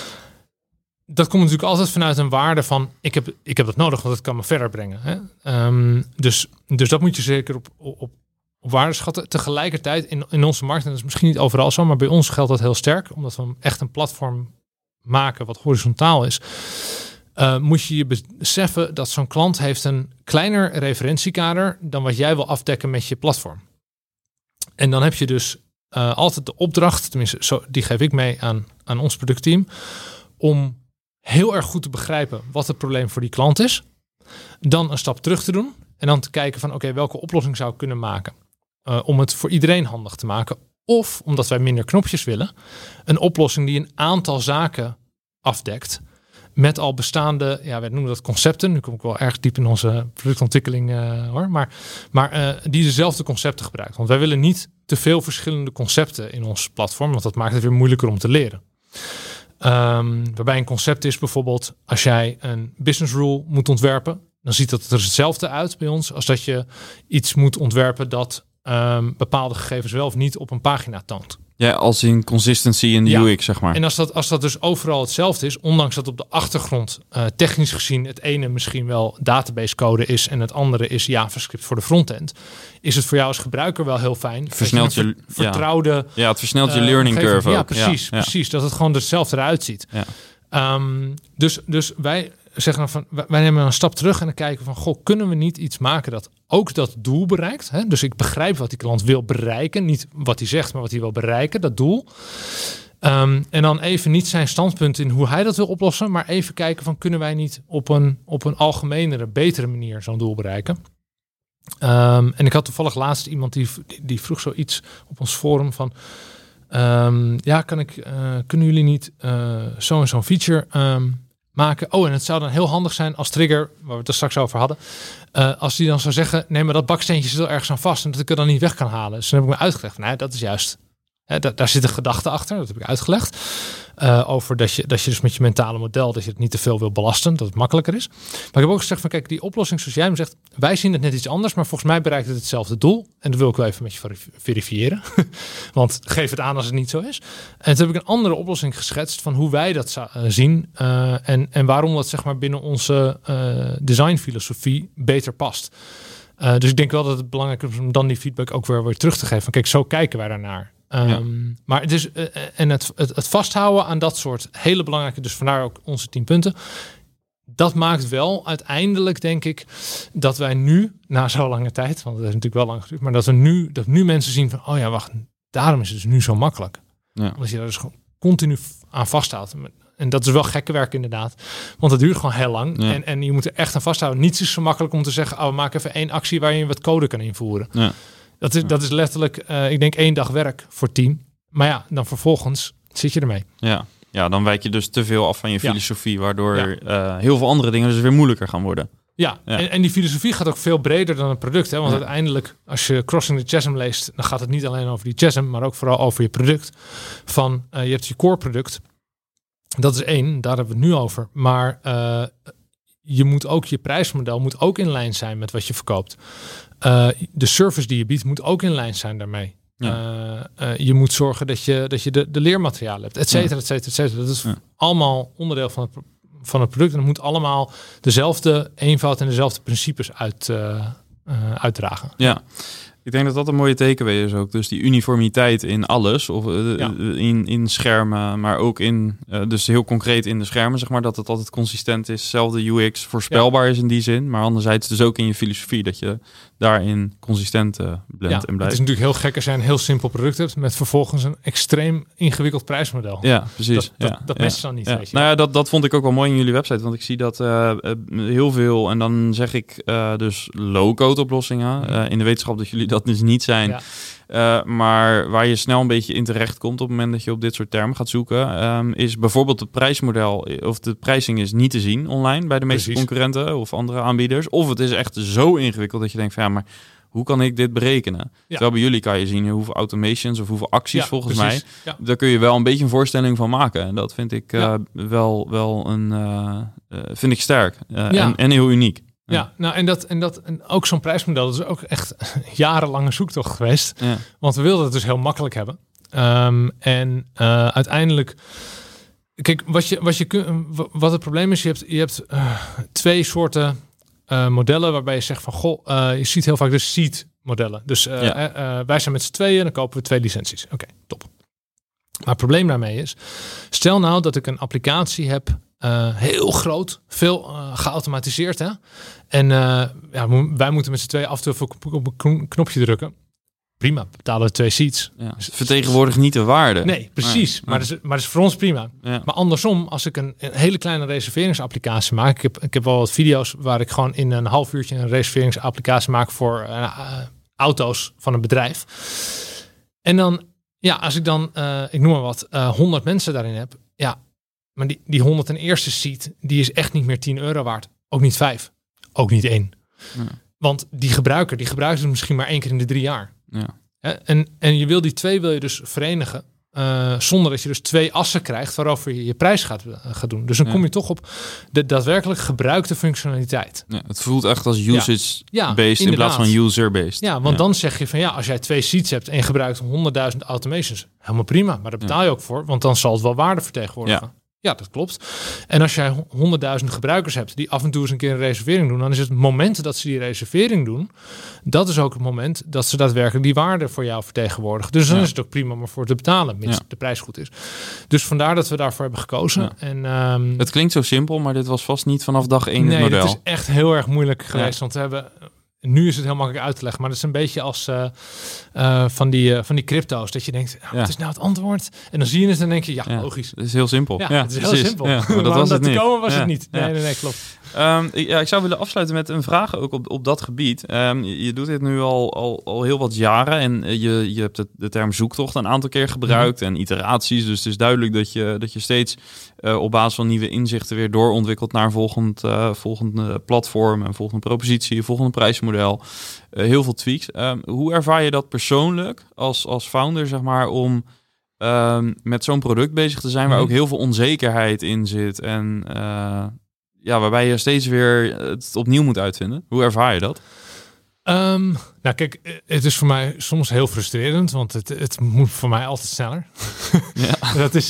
Dat komt natuurlijk altijd vanuit een waarde van, ik heb dat nodig, want het kan me verder brengen. Hè? Dus dat moet je zeker op waarde schatten. Tegelijkertijd in onze markt, en dat is misschien niet overal zo, maar bij ons geldt dat heel sterk, omdat we echt een platform maken wat horizontaal is. Moet je beseffen dat zo'n klant heeft een kleiner referentiekader dan wat jij wil afdekken met je platform. En dan heb je dus altijd de opdracht, tenminste die geef ik mee aan ons productteam, om heel erg goed te begrijpen wat het probleem voor die klant is. Dan een stap terug te doen en dan te kijken van oké, welke oplossing zou ik kunnen maken om het voor iedereen handig te maken. Of, omdat wij minder knopjes willen, een oplossing die een aantal zaken afdekt met al bestaande, wij noemen dat concepten. Nu kom ik wel erg diep in onze productontwikkeling hoor. Maar die dezelfde concepten gebruikt. Want wij willen niet te veel verschillende concepten in ons platform, want dat maakt het weer moeilijker om te leren. Waarbij een concept is bijvoorbeeld, als jij een business rule moet ontwerpen, dan ziet dat er hetzelfde uit bij ons als dat je iets moet ontwerpen dat bepaalde gegevens wel of niet op een pagina toont. Ja, als in consistency in de UX, zeg maar. En als dat dus overal hetzelfde is, ondanks dat op de achtergrond technisch gezien het ene misschien wel database code is en het andere is JavaScript voor de frontend, is het voor jou als gebruiker wel heel fijn. Versnelt je vertrouwde. Ja, het versnelt je learning curve ook. Ja, precies. Dat het gewoon hetzelfde eruit ziet. Ja. Dus wij zeggen dan van, wij nemen een stap terug en dan kijken van, kunnen we niet iets maken dat ook dat doel bereikt? Hè? Dus ik begrijp wat die klant wil bereiken. Niet wat hij zegt, maar wat hij wil bereiken, dat doel. En dan even niet zijn standpunt in hoe hij dat wil oplossen, maar even kijken van, kunnen wij niet op een algemenere, betere manier zo'n doel bereiken? En ik had toevallig laatst iemand die vroeg zoiets op ons forum van, kunnen jullie niet zo en zo'n feature maken. En het zou dan heel handig zijn als trigger, waar we het er straks over hadden, als die dan zou zeggen, nee, maar dat baksteentje zit er ergens aan vast en dat ik het dan niet weg kan halen. Dus dan heb ik me uitgelegd, nee, dat is juist, daar zit een gedachte achter, dat heb ik uitgelegd. Over dat je dus met je mentale model, dat je het niet te veel wil belasten, dat het makkelijker is. Maar ik heb ook gezegd van, kijk, die oplossing zoals jij hem zegt, wij zien het net iets anders, maar volgens mij bereikt het hetzelfde doel. En dat wil ik wel even met je verifiëren. Want geef het aan als het niet zo is. En toen heb ik een andere oplossing geschetst van hoe wij dat zien en waarom dat zeg maar binnen onze designfilosofie beter past. Dus ik denk wel dat het belangrijk is om dan die feedback ook weer terug te geven. Van, kijk, zo kijken wij daarnaar. Maar het is het vasthouden aan dat soort hele belangrijke, dus vandaar ook onze 10 punten. Dat maakt wel uiteindelijk, denk ik, dat wij nu, na zo'n lange tijd, want het is natuurlijk wel lang geduurd, maar dat nu mensen zien van, oh ja, wacht, daarom is het dus nu zo makkelijk. Ja. Omdat je daar dus gewoon continu aan vasthoudt. En dat is wel gekke werk inderdaad. Want het duurt gewoon heel lang. Ja. En je moet er echt aan vasthouden. Niets is zo makkelijk om te zeggen, we maken even 1 actie waar je wat code kan invoeren. Ja. Dat is letterlijk, ik denk 1 dag werk voor 10. Maar ja, dan vervolgens zit je ermee. Ja, dan wijk je dus te veel af van je filosofie, waardoor heel veel andere dingen dus weer moeilijker gaan worden. Ja. En die filosofie gaat ook veel breder dan het product. Hè? Want uiteindelijk, als je Crossing the Chasm leest, dan gaat het niet alleen over die chasm, maar ook vooral over je product. Je hebt je core product. Dat is 1, daar hebben we het nu over. Maar je moet ook, je prijsmodel moet ook in lijn zijn met wat je verkoopt. De service die je biedt moet ook in lijn zijn daarmee. Ja. Je moet zorgen dat je de leermaterialen hebt, et cetera, et cetera, et cetera. Dat is allemaal onderdeel van het product. En het moet allemaal dezelfde eenvoud en dezelfde principes uitdragen. Ja. Ik denk dat dat een mooie takeaway is ook. Dus die uniformiteit in alles. Of in schermen, maar ook in... dus heel concreet in de schermen, zeg maar. Dat het altijd consistent is. Zelfde UX, voorspelbaar is in die zin. Maar anderzijds dus ook in je filosofie. Dat je daarin consistent bent en blijft. Het is natuurlijk heel gek als jij een heel simpel product hebt. Met vervolgens een extreem ingewikkeld prijsmodel. Ja, precies. Dat mist dan niet. Ja. Weet je. Nou ja, dat vond ik ook wel mooi in jullie website. Want ik zie dat heel veel... En dan zeg ik dus low-code oplossingen. In de wetenschap dat jullie dat dus niet zijn. Ja. Maar waar je snel een beetje in terecht komt op het moment dat je op dit soort termen gaat zoeken, is bijvoorbeeld het prijsmodel of de prijsing is niet te zien online bij de meeste concurrenten of andere aanbieders. Of het is echt zo ingewikkeld dat je denkt van maar hoe kan ik dit berekenen? Ja. Terwijl bij jullie kan je zien hoeveel automations of hoeveel acties volgens mij. Ja. Daar kun je wel een beetje een voorstelling van maken. En dat vind ik wel een vind ik sterk en heel uniek. Ja, nou en ook zo'n prijsmodel is ook echt jarenlange zoektocht geweest. Ja. Want we wilden het dus heel makkelijk hebben. Uiteindelijk, kijk, wat het probleem is, je hebt 2 soorten modellen waarbij je zegt van je ziet heel vaak de seed modellen. Dus wij zijn met z'n tweeën en dan kopen we 2 licenties. Oké, top. Maar het probleem daarmee is, stel nou dat ik een applicatie heb, heel groot, veel geautomatiseerd. Hè? En wij moeten met z'n tweeën af en toe op een knopje drukken. Prima, betalen we 2 seats. Ja, het vertegenwoordigt niet de waarde. Nee, precies. Maar dat is voor ons prima. Ja. Maar andersom, als ik een hele kleine reserveringsapplicatie maak. Ik heb wel wat video's waar ik gewoon in een half uurtje een reserveringsapplicatie maak voor auto's van een bedrijf. En dan, als ik dan, ik noem maar wat, 100 mensen daarin heb. Ja, maar die 101ste seat, die is echt niet meer €10 waard. Ook niet 5. Ook niet 1. Ja. Want die gebruikt het misschien maar 1 keer in de 3 jaar. Ja. En je wil die 2 wil je dus verenigen. Zonder dat je dus 2 assen krijgt waarover je prijs gaat doen. Dus dan kom je toch op de daadwerkelijk gebruikte functionaliteit. Ja, het voelt echt als usage-based in plaats van user-based. Ja, want dan zeg je van als jij 2 seats hebt en je gebruikt 100.000 automations, helemaal prima. Maar daar betaal je ook voor, want dan zal het wel waarde vertegenwoordigen. Ja, dat klopt. En als jij 100.000 gebruikers hebt die af en toe eens een keer een reservering doen, dan is het moment dat ze die reservering doen, dat is ook het moment dat ze daadwerkelijk die waarde voor jou vertegenwoordigen. Dus dan is het ook prima om ervoor te betalen, mits de prijs goed is. Dus vandaar dat we daarvoor hebben gekozen. Ja. En, het klinkt zo simpel, maar dit was vast niet vanaf dag 1 het model. Nee, het is echt heel erg moeilijk geweest, want we hebben... Nu is het heel makkelijk uit te leggen, maar dat is een beetje als van die crypto's. Dat je denkt, wat is nou het antwoord? En dan zie je het en denk je, logisch. Het is heel simpel. Ja, het is heel simpel. Ja, maar dat was het niet. Te komen was het niet. Nee, klopt. Ik zou willen afsluiten met een vraag ook op dat gebied. Je doet dit nu al heel wat jaren en je hebt de term zoektocht een aantal keer gebruikt en iteraties. Dus het is duidelijk dat je steeds op basis van nieuwe inzichten weer doorontwikkelt naar een volgende platform, een volgende propositie, een volgende prijsmodel. Heel veel tweaks. Hoe ervaar je dat persoonlijk als founder, zeg maar, om met zo'n product bezig te zijn waar ook heel veel onzekerheid in zit en waarbij je steeds weer het opnieuw moet uitvinden? Hoe ervaar je dat? Nou kijk, het is voor mij soms heel frustrerend, want het moet voor mij altijd sneller. Ja. Dat is,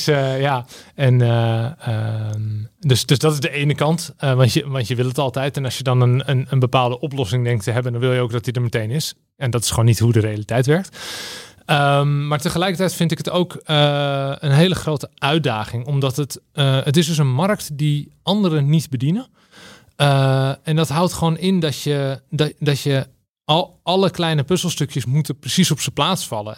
Dus dat is de ene kant, want je wil het altijd. En als je dan een bepaalde oplossing denkt te hebben, dan wil je ook dat die er meteen is. En dat is gewoon niet hoe de realiteit werkt. Maar tegelijkertijd vind ik het ook een hele grote uitdaging, omdat het is dus een markt die anderen niet bedienen. En dat houdt gewoon in dat je alle kleine puzzelstukjes moeten precies op zijn plaats vallen.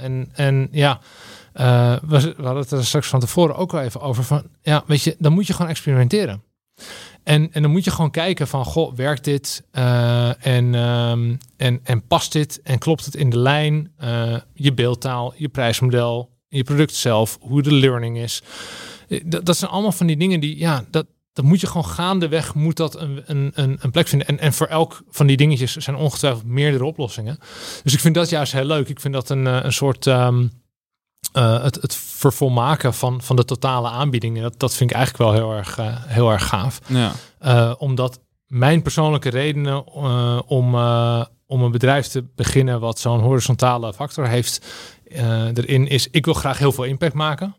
We hadden het er straks van tevoren ook al even over van, ja, weet je, dan moet je gewoon experimenteren. En dan moet je gewoon kijken van, goh, werkt dit? En past dit? En klopt het in de lijn? Je beeldtaal, je prijsmodel, je product zelf, hoe de learning is. Dat zijn allemaal van die dingen die, dat moet je gewoon gaandeweg, moet dat een plek vinden. En voor elk van die dingetjes zijn ongetwijfeld meerdere oplossingen. Dus ik vind dat juist heel leuk. Ik vind dat een soort het vervolmaken van de totale aanbieding. Dat vind ik eigenlijk wel heel erg gaaf. Ja. Omdat mijn persoonlijke redenen om een bedrijf te beginnen wat zo'n horizontale factor heeft erin is, ik wil graag heel veel impact maken.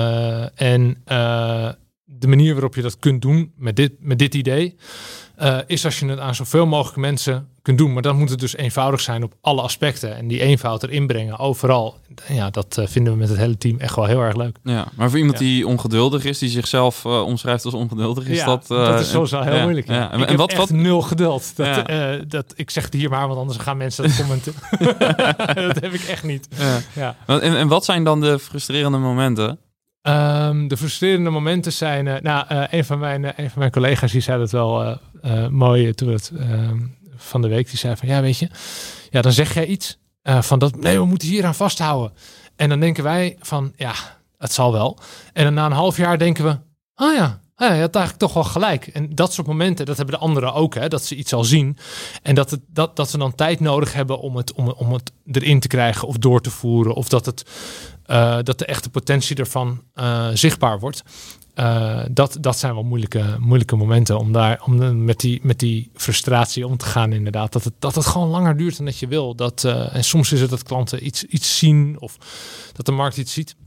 De manier waarop je dat kunt doen met dit idee is als je het aan zoveel mogelijk mensen kunt doen. Maar dan moet het dus eenvoudig zijn op alle aspecten. En die eenvoud erin brengen overal. Ja, dat vinden we met het hele team echt wel heel erg leuk. Ja, maar voor iemand die ongeduldig is, die zichzelf omschrijft als ongeduldig, is dat is soms wel heel moeilijk. Ja. En ik heb wat nul geduld. Dat ik zeg het hier maar, want anders gaan mensen dat commenten. Dat heb ik echt niet. Ja. En wat zijn dan de frustrerende momenten? De frustrerende momenten zijn... een van mijn collega's die zei dat wel mooi toen het van de week. Die zei van, ja, weet je, dan zeg jij iets van dat. Nee, we moeten hier aan vasthouden. En dan denken wij van, ja, het zal wel. En dan na een half jaar denken we, je had eigenlijk toch wel gelijk. En dat soort momenten, dat hebben de anderen ook, hè, dat ze iets al zien. En dat ze dan tijd nodig hebben om het erin te krijgen of door te voeren. Of dat de echte potentie ervan zichtbaar wordt. Dat zijn wel moeilijke momenten om met die frustratie om te gaan, inderdaad. Dat het gewoon langer duurt dan dat je wil. En soms is het dat klanten iets zien of dat de markt iets ziet.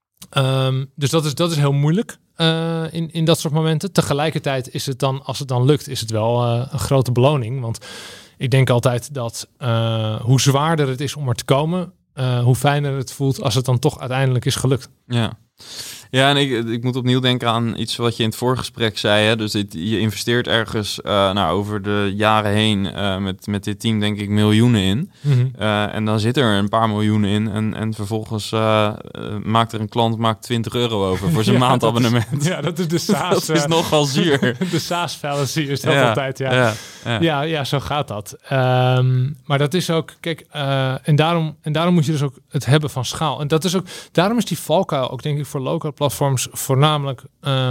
Dus dat is heel moeilijk in dat soort momenten. Tegelijkertijd is het dan, als het dan lukt, is het wel een grote beloning. Want ik denk altijd dat hoe zwaarder het is om er te komen, hoe fijner het voelt als het dan toch uiteindelijk is gelukt. Ja, en ik moet opnieuw denken aan iets wat je in het voorgesprek zei. Hè? Dus je investeert ergens over de jaren heen met dit team denk ik miljoenen in. Mm-hmm. En dan zit er een paar miljoenen in. En vervolgens maakt er een klant €20 over voor zijn maandabonnement. Dat is de SaaS. Dat is nogal zuur. De SaaS fallacy is dat altijd. Ja, zo gaat dat. Maar dat is ook, kijk, en daarom moet je dus ook het hebben van schaal. En dat is ook, daarom is die valkuil ook denk ik voor local platforms voornamelijk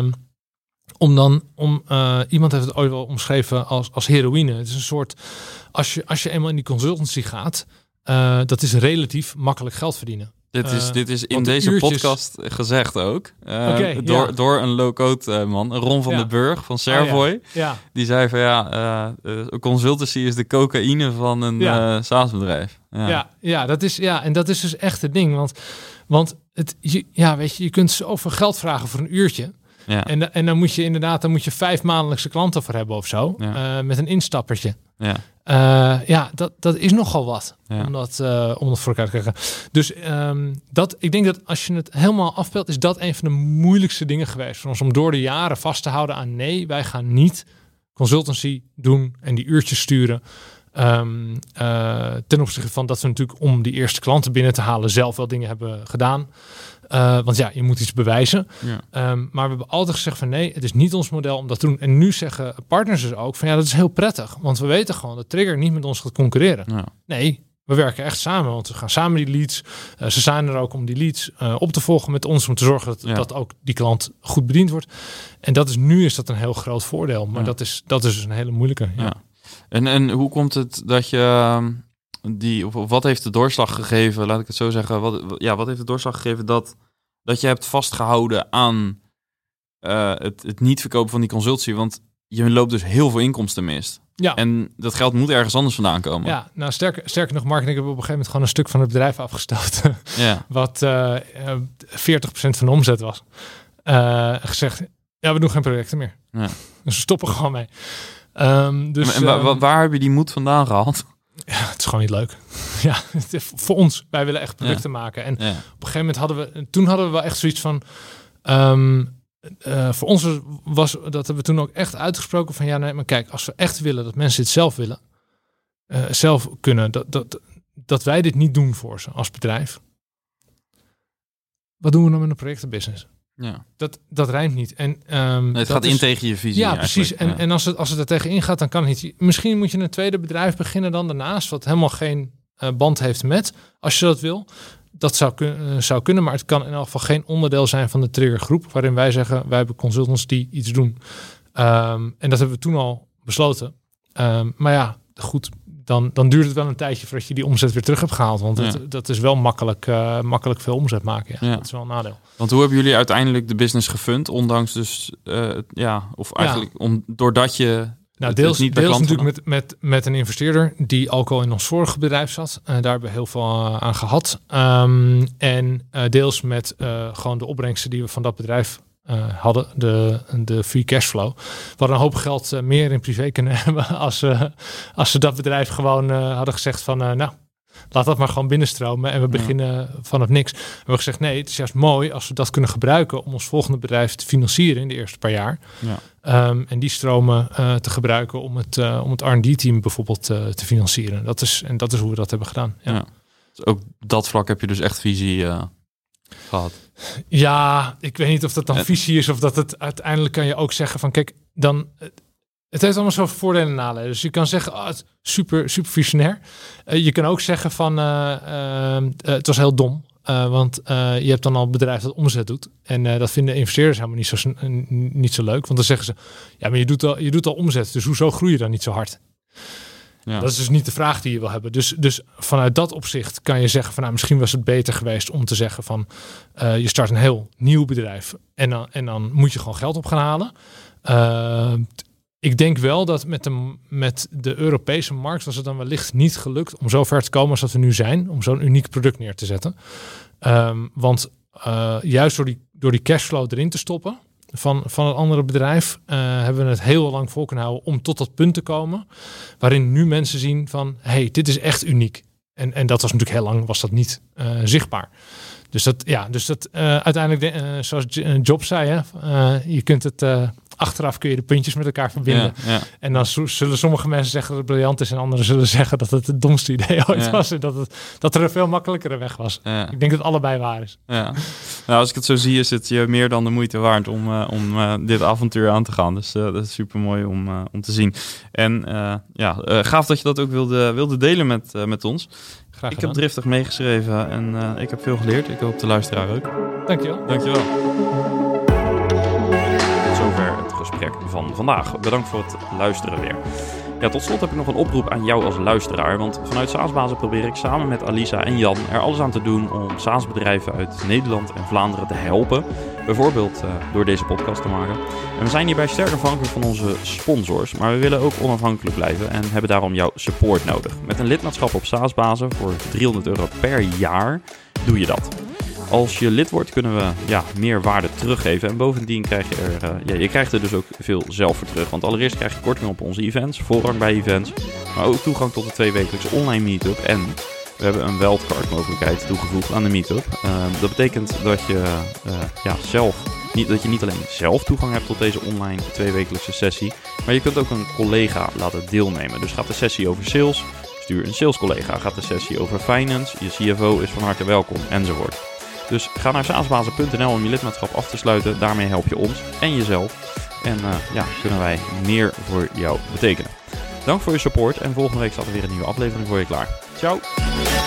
iemand heeft het ooit wel omschreven als heroïne. Het is een soort, als je eenmaal in die consultancy gaat, dat is relatief makkelijk geld verdienen. Dit is in deze podcast gezegd ook. Door een low-code man, Ron van den Burg van Servoy. Die zei van consultancy is de cocaïne van een SaaS-bedrijf. En dat is dus echt het ding. Want weet je kunt zoveel geld vragen voor een uurtje. Ja. En dan moet je 5 maandelijkse klanten voor hebben of zo. Ja. Met een instappertje. Ja. Dat is nogal wat. Ja. Om dat voor elkaar te krijgen. Dus ik denk dat als je het helemaal afpeelt, is dat een van de moeilijkste dingen geweest voor ons. Om door de jaren vast te houden aan nee, wij gaan niet consultancy doen en die uurtjes sturen. Ten opzichte van dat we natuurlijk om die eerste klanten binnen te halen zelf wel dingen hebben gedaan. Want ja, je moet iets bewijzen. Ja. Maar we hebben altijd gezegd van nee, het is niet ons model om dat te doen. En nu zeggen partners dus ook van ja, dat is heel prettig. Want we weten gewoon dat Trigger niet met ons gaat concurreren. Ja. Nee, we werken echt samen. Want we gaan samen die leads. Ze zijn er ook om die leads op te volgen met ons. Om te zorgen dat ook die klant goed bediend wordt. En nu is dat een heel groot voordeel. Maar dat is dus een hele moeilijke. Ja. En hoe komt het dat je... wat heeft de doorslag gegeven, laat ik het zo zeggen, wat heeft de doorslag gegeven dat je hebt vastgehouden aan het niet verkopen van die consultie, want je loopt dus heel veel inkomsten mis. Ja. En dat geld moet ergens anders vandaan komen. Ja, nou sterker nog, Mark en ik hebben op een gegeven moment gewoon een stuk van het bedrijf afgestoten, wat 40% van de omzet was. Gezegd, ja, we doen geen projecten meer. Ja. Dus we stoppen gewoon mee. Waar heb je die moed vandaan gehaald? Ja, het is gewoon niet leuk. Ja, voor ons. Wij willen echt producten maken. En op een gegeven moment hadden we wel echt zoiets van... voor ons was, dat hebben we toen ook echt uitgesproken van... ja, nee, maar kijk, als we echt willen dat mensen dit zelf willen... zelf kunnen, dat wij dit niet doen voor ze als bedrijf... wat doen we dan met een projectenbusiness? Ja. Dat rijmt niet. En, het gaat in tegen je visie. Ja, precies. En als het er tegenin gaat, dan kan het niet. Misschien moet je een tweede bedrijf beginnen dan daarnaast, wat helemaal geen band heeft met, als je dat wil. Dat zou kunnen, maar het kan in elk geval geen onderdeel zijn van de Triggergroep, waarin wij zeggen, wij hebben consultants die iets doen. En dat hebben we toen al besloten. Maar ja, goed, dan duurt het wel een tijdje voordat je die omzet weer terug hebt gehaald. Want dat is wel makkelijk veel omzet maken. Ja. Dat is wel een nadeel. Want hoe hebben jullie uiteindelijk de business gefund? Ondanks dus, doordat je... Nou, deels natuurlijk met een investeerder die ook al in ons vorige bedrijf zat. Daar hebben we heel veel aan gehad. En deels met gewoon de opbrengsten die we van dat bedrijf hadden, de free cashflow. We hadden een hoop geld meer in privé kunnen hebben als ze dat bedrijf gewoon hadden gezegd van laat dat maar gewoon binnenstromen en we beginnen vanaf niks. We hebben gezegd nee, het is juist mooi als we dat kunnen gebruiken om ons volgende bedrijf te financieren in de eerste paar jaar. Ja. En die stromen te gebruiken om het R&D-team bijvoorbeeld te financieren. Dat is hoe we dat hebben gedaan. Ja. Dus ook dat vlak heb je dus echt visie gehad. Ja, ik weet niet of dat dan visie is of dat het uiteindelijk kan je ook zeggen van kijk, dan... Het heeft allemaal zoveel voordelen en nadelen. Dus je kan zeggen, super visionair. Je kan ook zeggen van, het was heel dom. Want je hebt dan al een bedrijf dat omzet doet. En dat vinden investeerders helemaal niet zo leuk. Want dan zeggen ze, ja, maar je doet al omzet. Dus hoezo groei je dan niet zo hard? Ja. Dat is dus niet de vraag die je wil hebben. Dus vanuit dat opzicht kan je zeggen van, misschien was het beter geweest om te zeggen van, je start een heel nieuw bedrijf. En dan moet je gewoon geld op gaan halen. Ik denk wel dat met de Europese markt was het dan wellicht niet gelukt om zo ver te komen als dat we nu zijn, om zo'n uniek product neer te zetten. Want juist door die cashflow erin te stoppen van het andere bedrijf, hebben we het heel lang vol kunnen houden om tot dat punt te komen, waarin nu mensen zien van, hey, dit is echt uniek. En dat was natuurlijk heel lang, was dat niet zichtbaar. Dus dat uiteindelijk, zoals Jobs zei, je kunt het... achteraf kun je de puntjes met elkaar verbinden. Ja. En dan zullen sommige mensen zeggen dat het briljant is en anderen zullen zeggen dat het domste idee ooit was en dat er een veel makkelijkere weg was. Ja. Ik denk dat het allebei waar is. Ja. Nou, als ik het zo zie, is het je meer dan de moeite waard om dit avontuur aan te gaan. Dus dat is super mooi om te zien. En gaaf dat je dat ook wilde delen met ons. Graag gedaan. Ik heb driftig meegeschreven en ik heb veel geleerd. Ik hoop de luisteraar ook. Dankjewel. Gesprek van vandaag. Bedankt voor het luisteren weer. Ja, tot slot heb ik nog een oproep aan jou als luisteraar, want vanuit SaaSbazen probeer ik samen met Alisa en Jan er alles aan te doen om SaaS-bedrijven uit Nederland en Vlaanderen te helpen. Bijvoorbeeld door deze podcast te maken. En we zijn hierbij sterk afhankelijk van onze sponsors, maar we willen ook onafhankelijk blijven en hebben daarom jouw support nodig. Met een lidmaatschap op SaaSbazen voor €300 per jaar doe je dat. Als je lid wordt, kunnen we meer waarde teruggeven. En bovendien krijg je krijgt er dus ook veel zelf voor terug. Want allereerst krijg je korting op onze events, voorrang bij events. Maar ook toegang tot de 2-wekelijkse online meetup. En we hebben een wildcard mogelijkheid toegevoegd aan de meetup. Dat betekent dat je niet alleen zelf toegang hebt tot deze online 2-wekelijkse sessie. Maar je kunt ook een collega laten deelnemen. Dus gaat de sessie over sales, stuur een salescollega. Gaat de sessie over finance, je CFO is van harte welkom enzovoort. Dus ga naar saasbazen.nl om je lidmaatschap af te sluiten. Daarmee help je ons en jezelf. En kunnen wij meer voor jou betekenen. Dank voor je support en volgende week staat er weer een nieuwe aflevering voor je klaar. Ciao!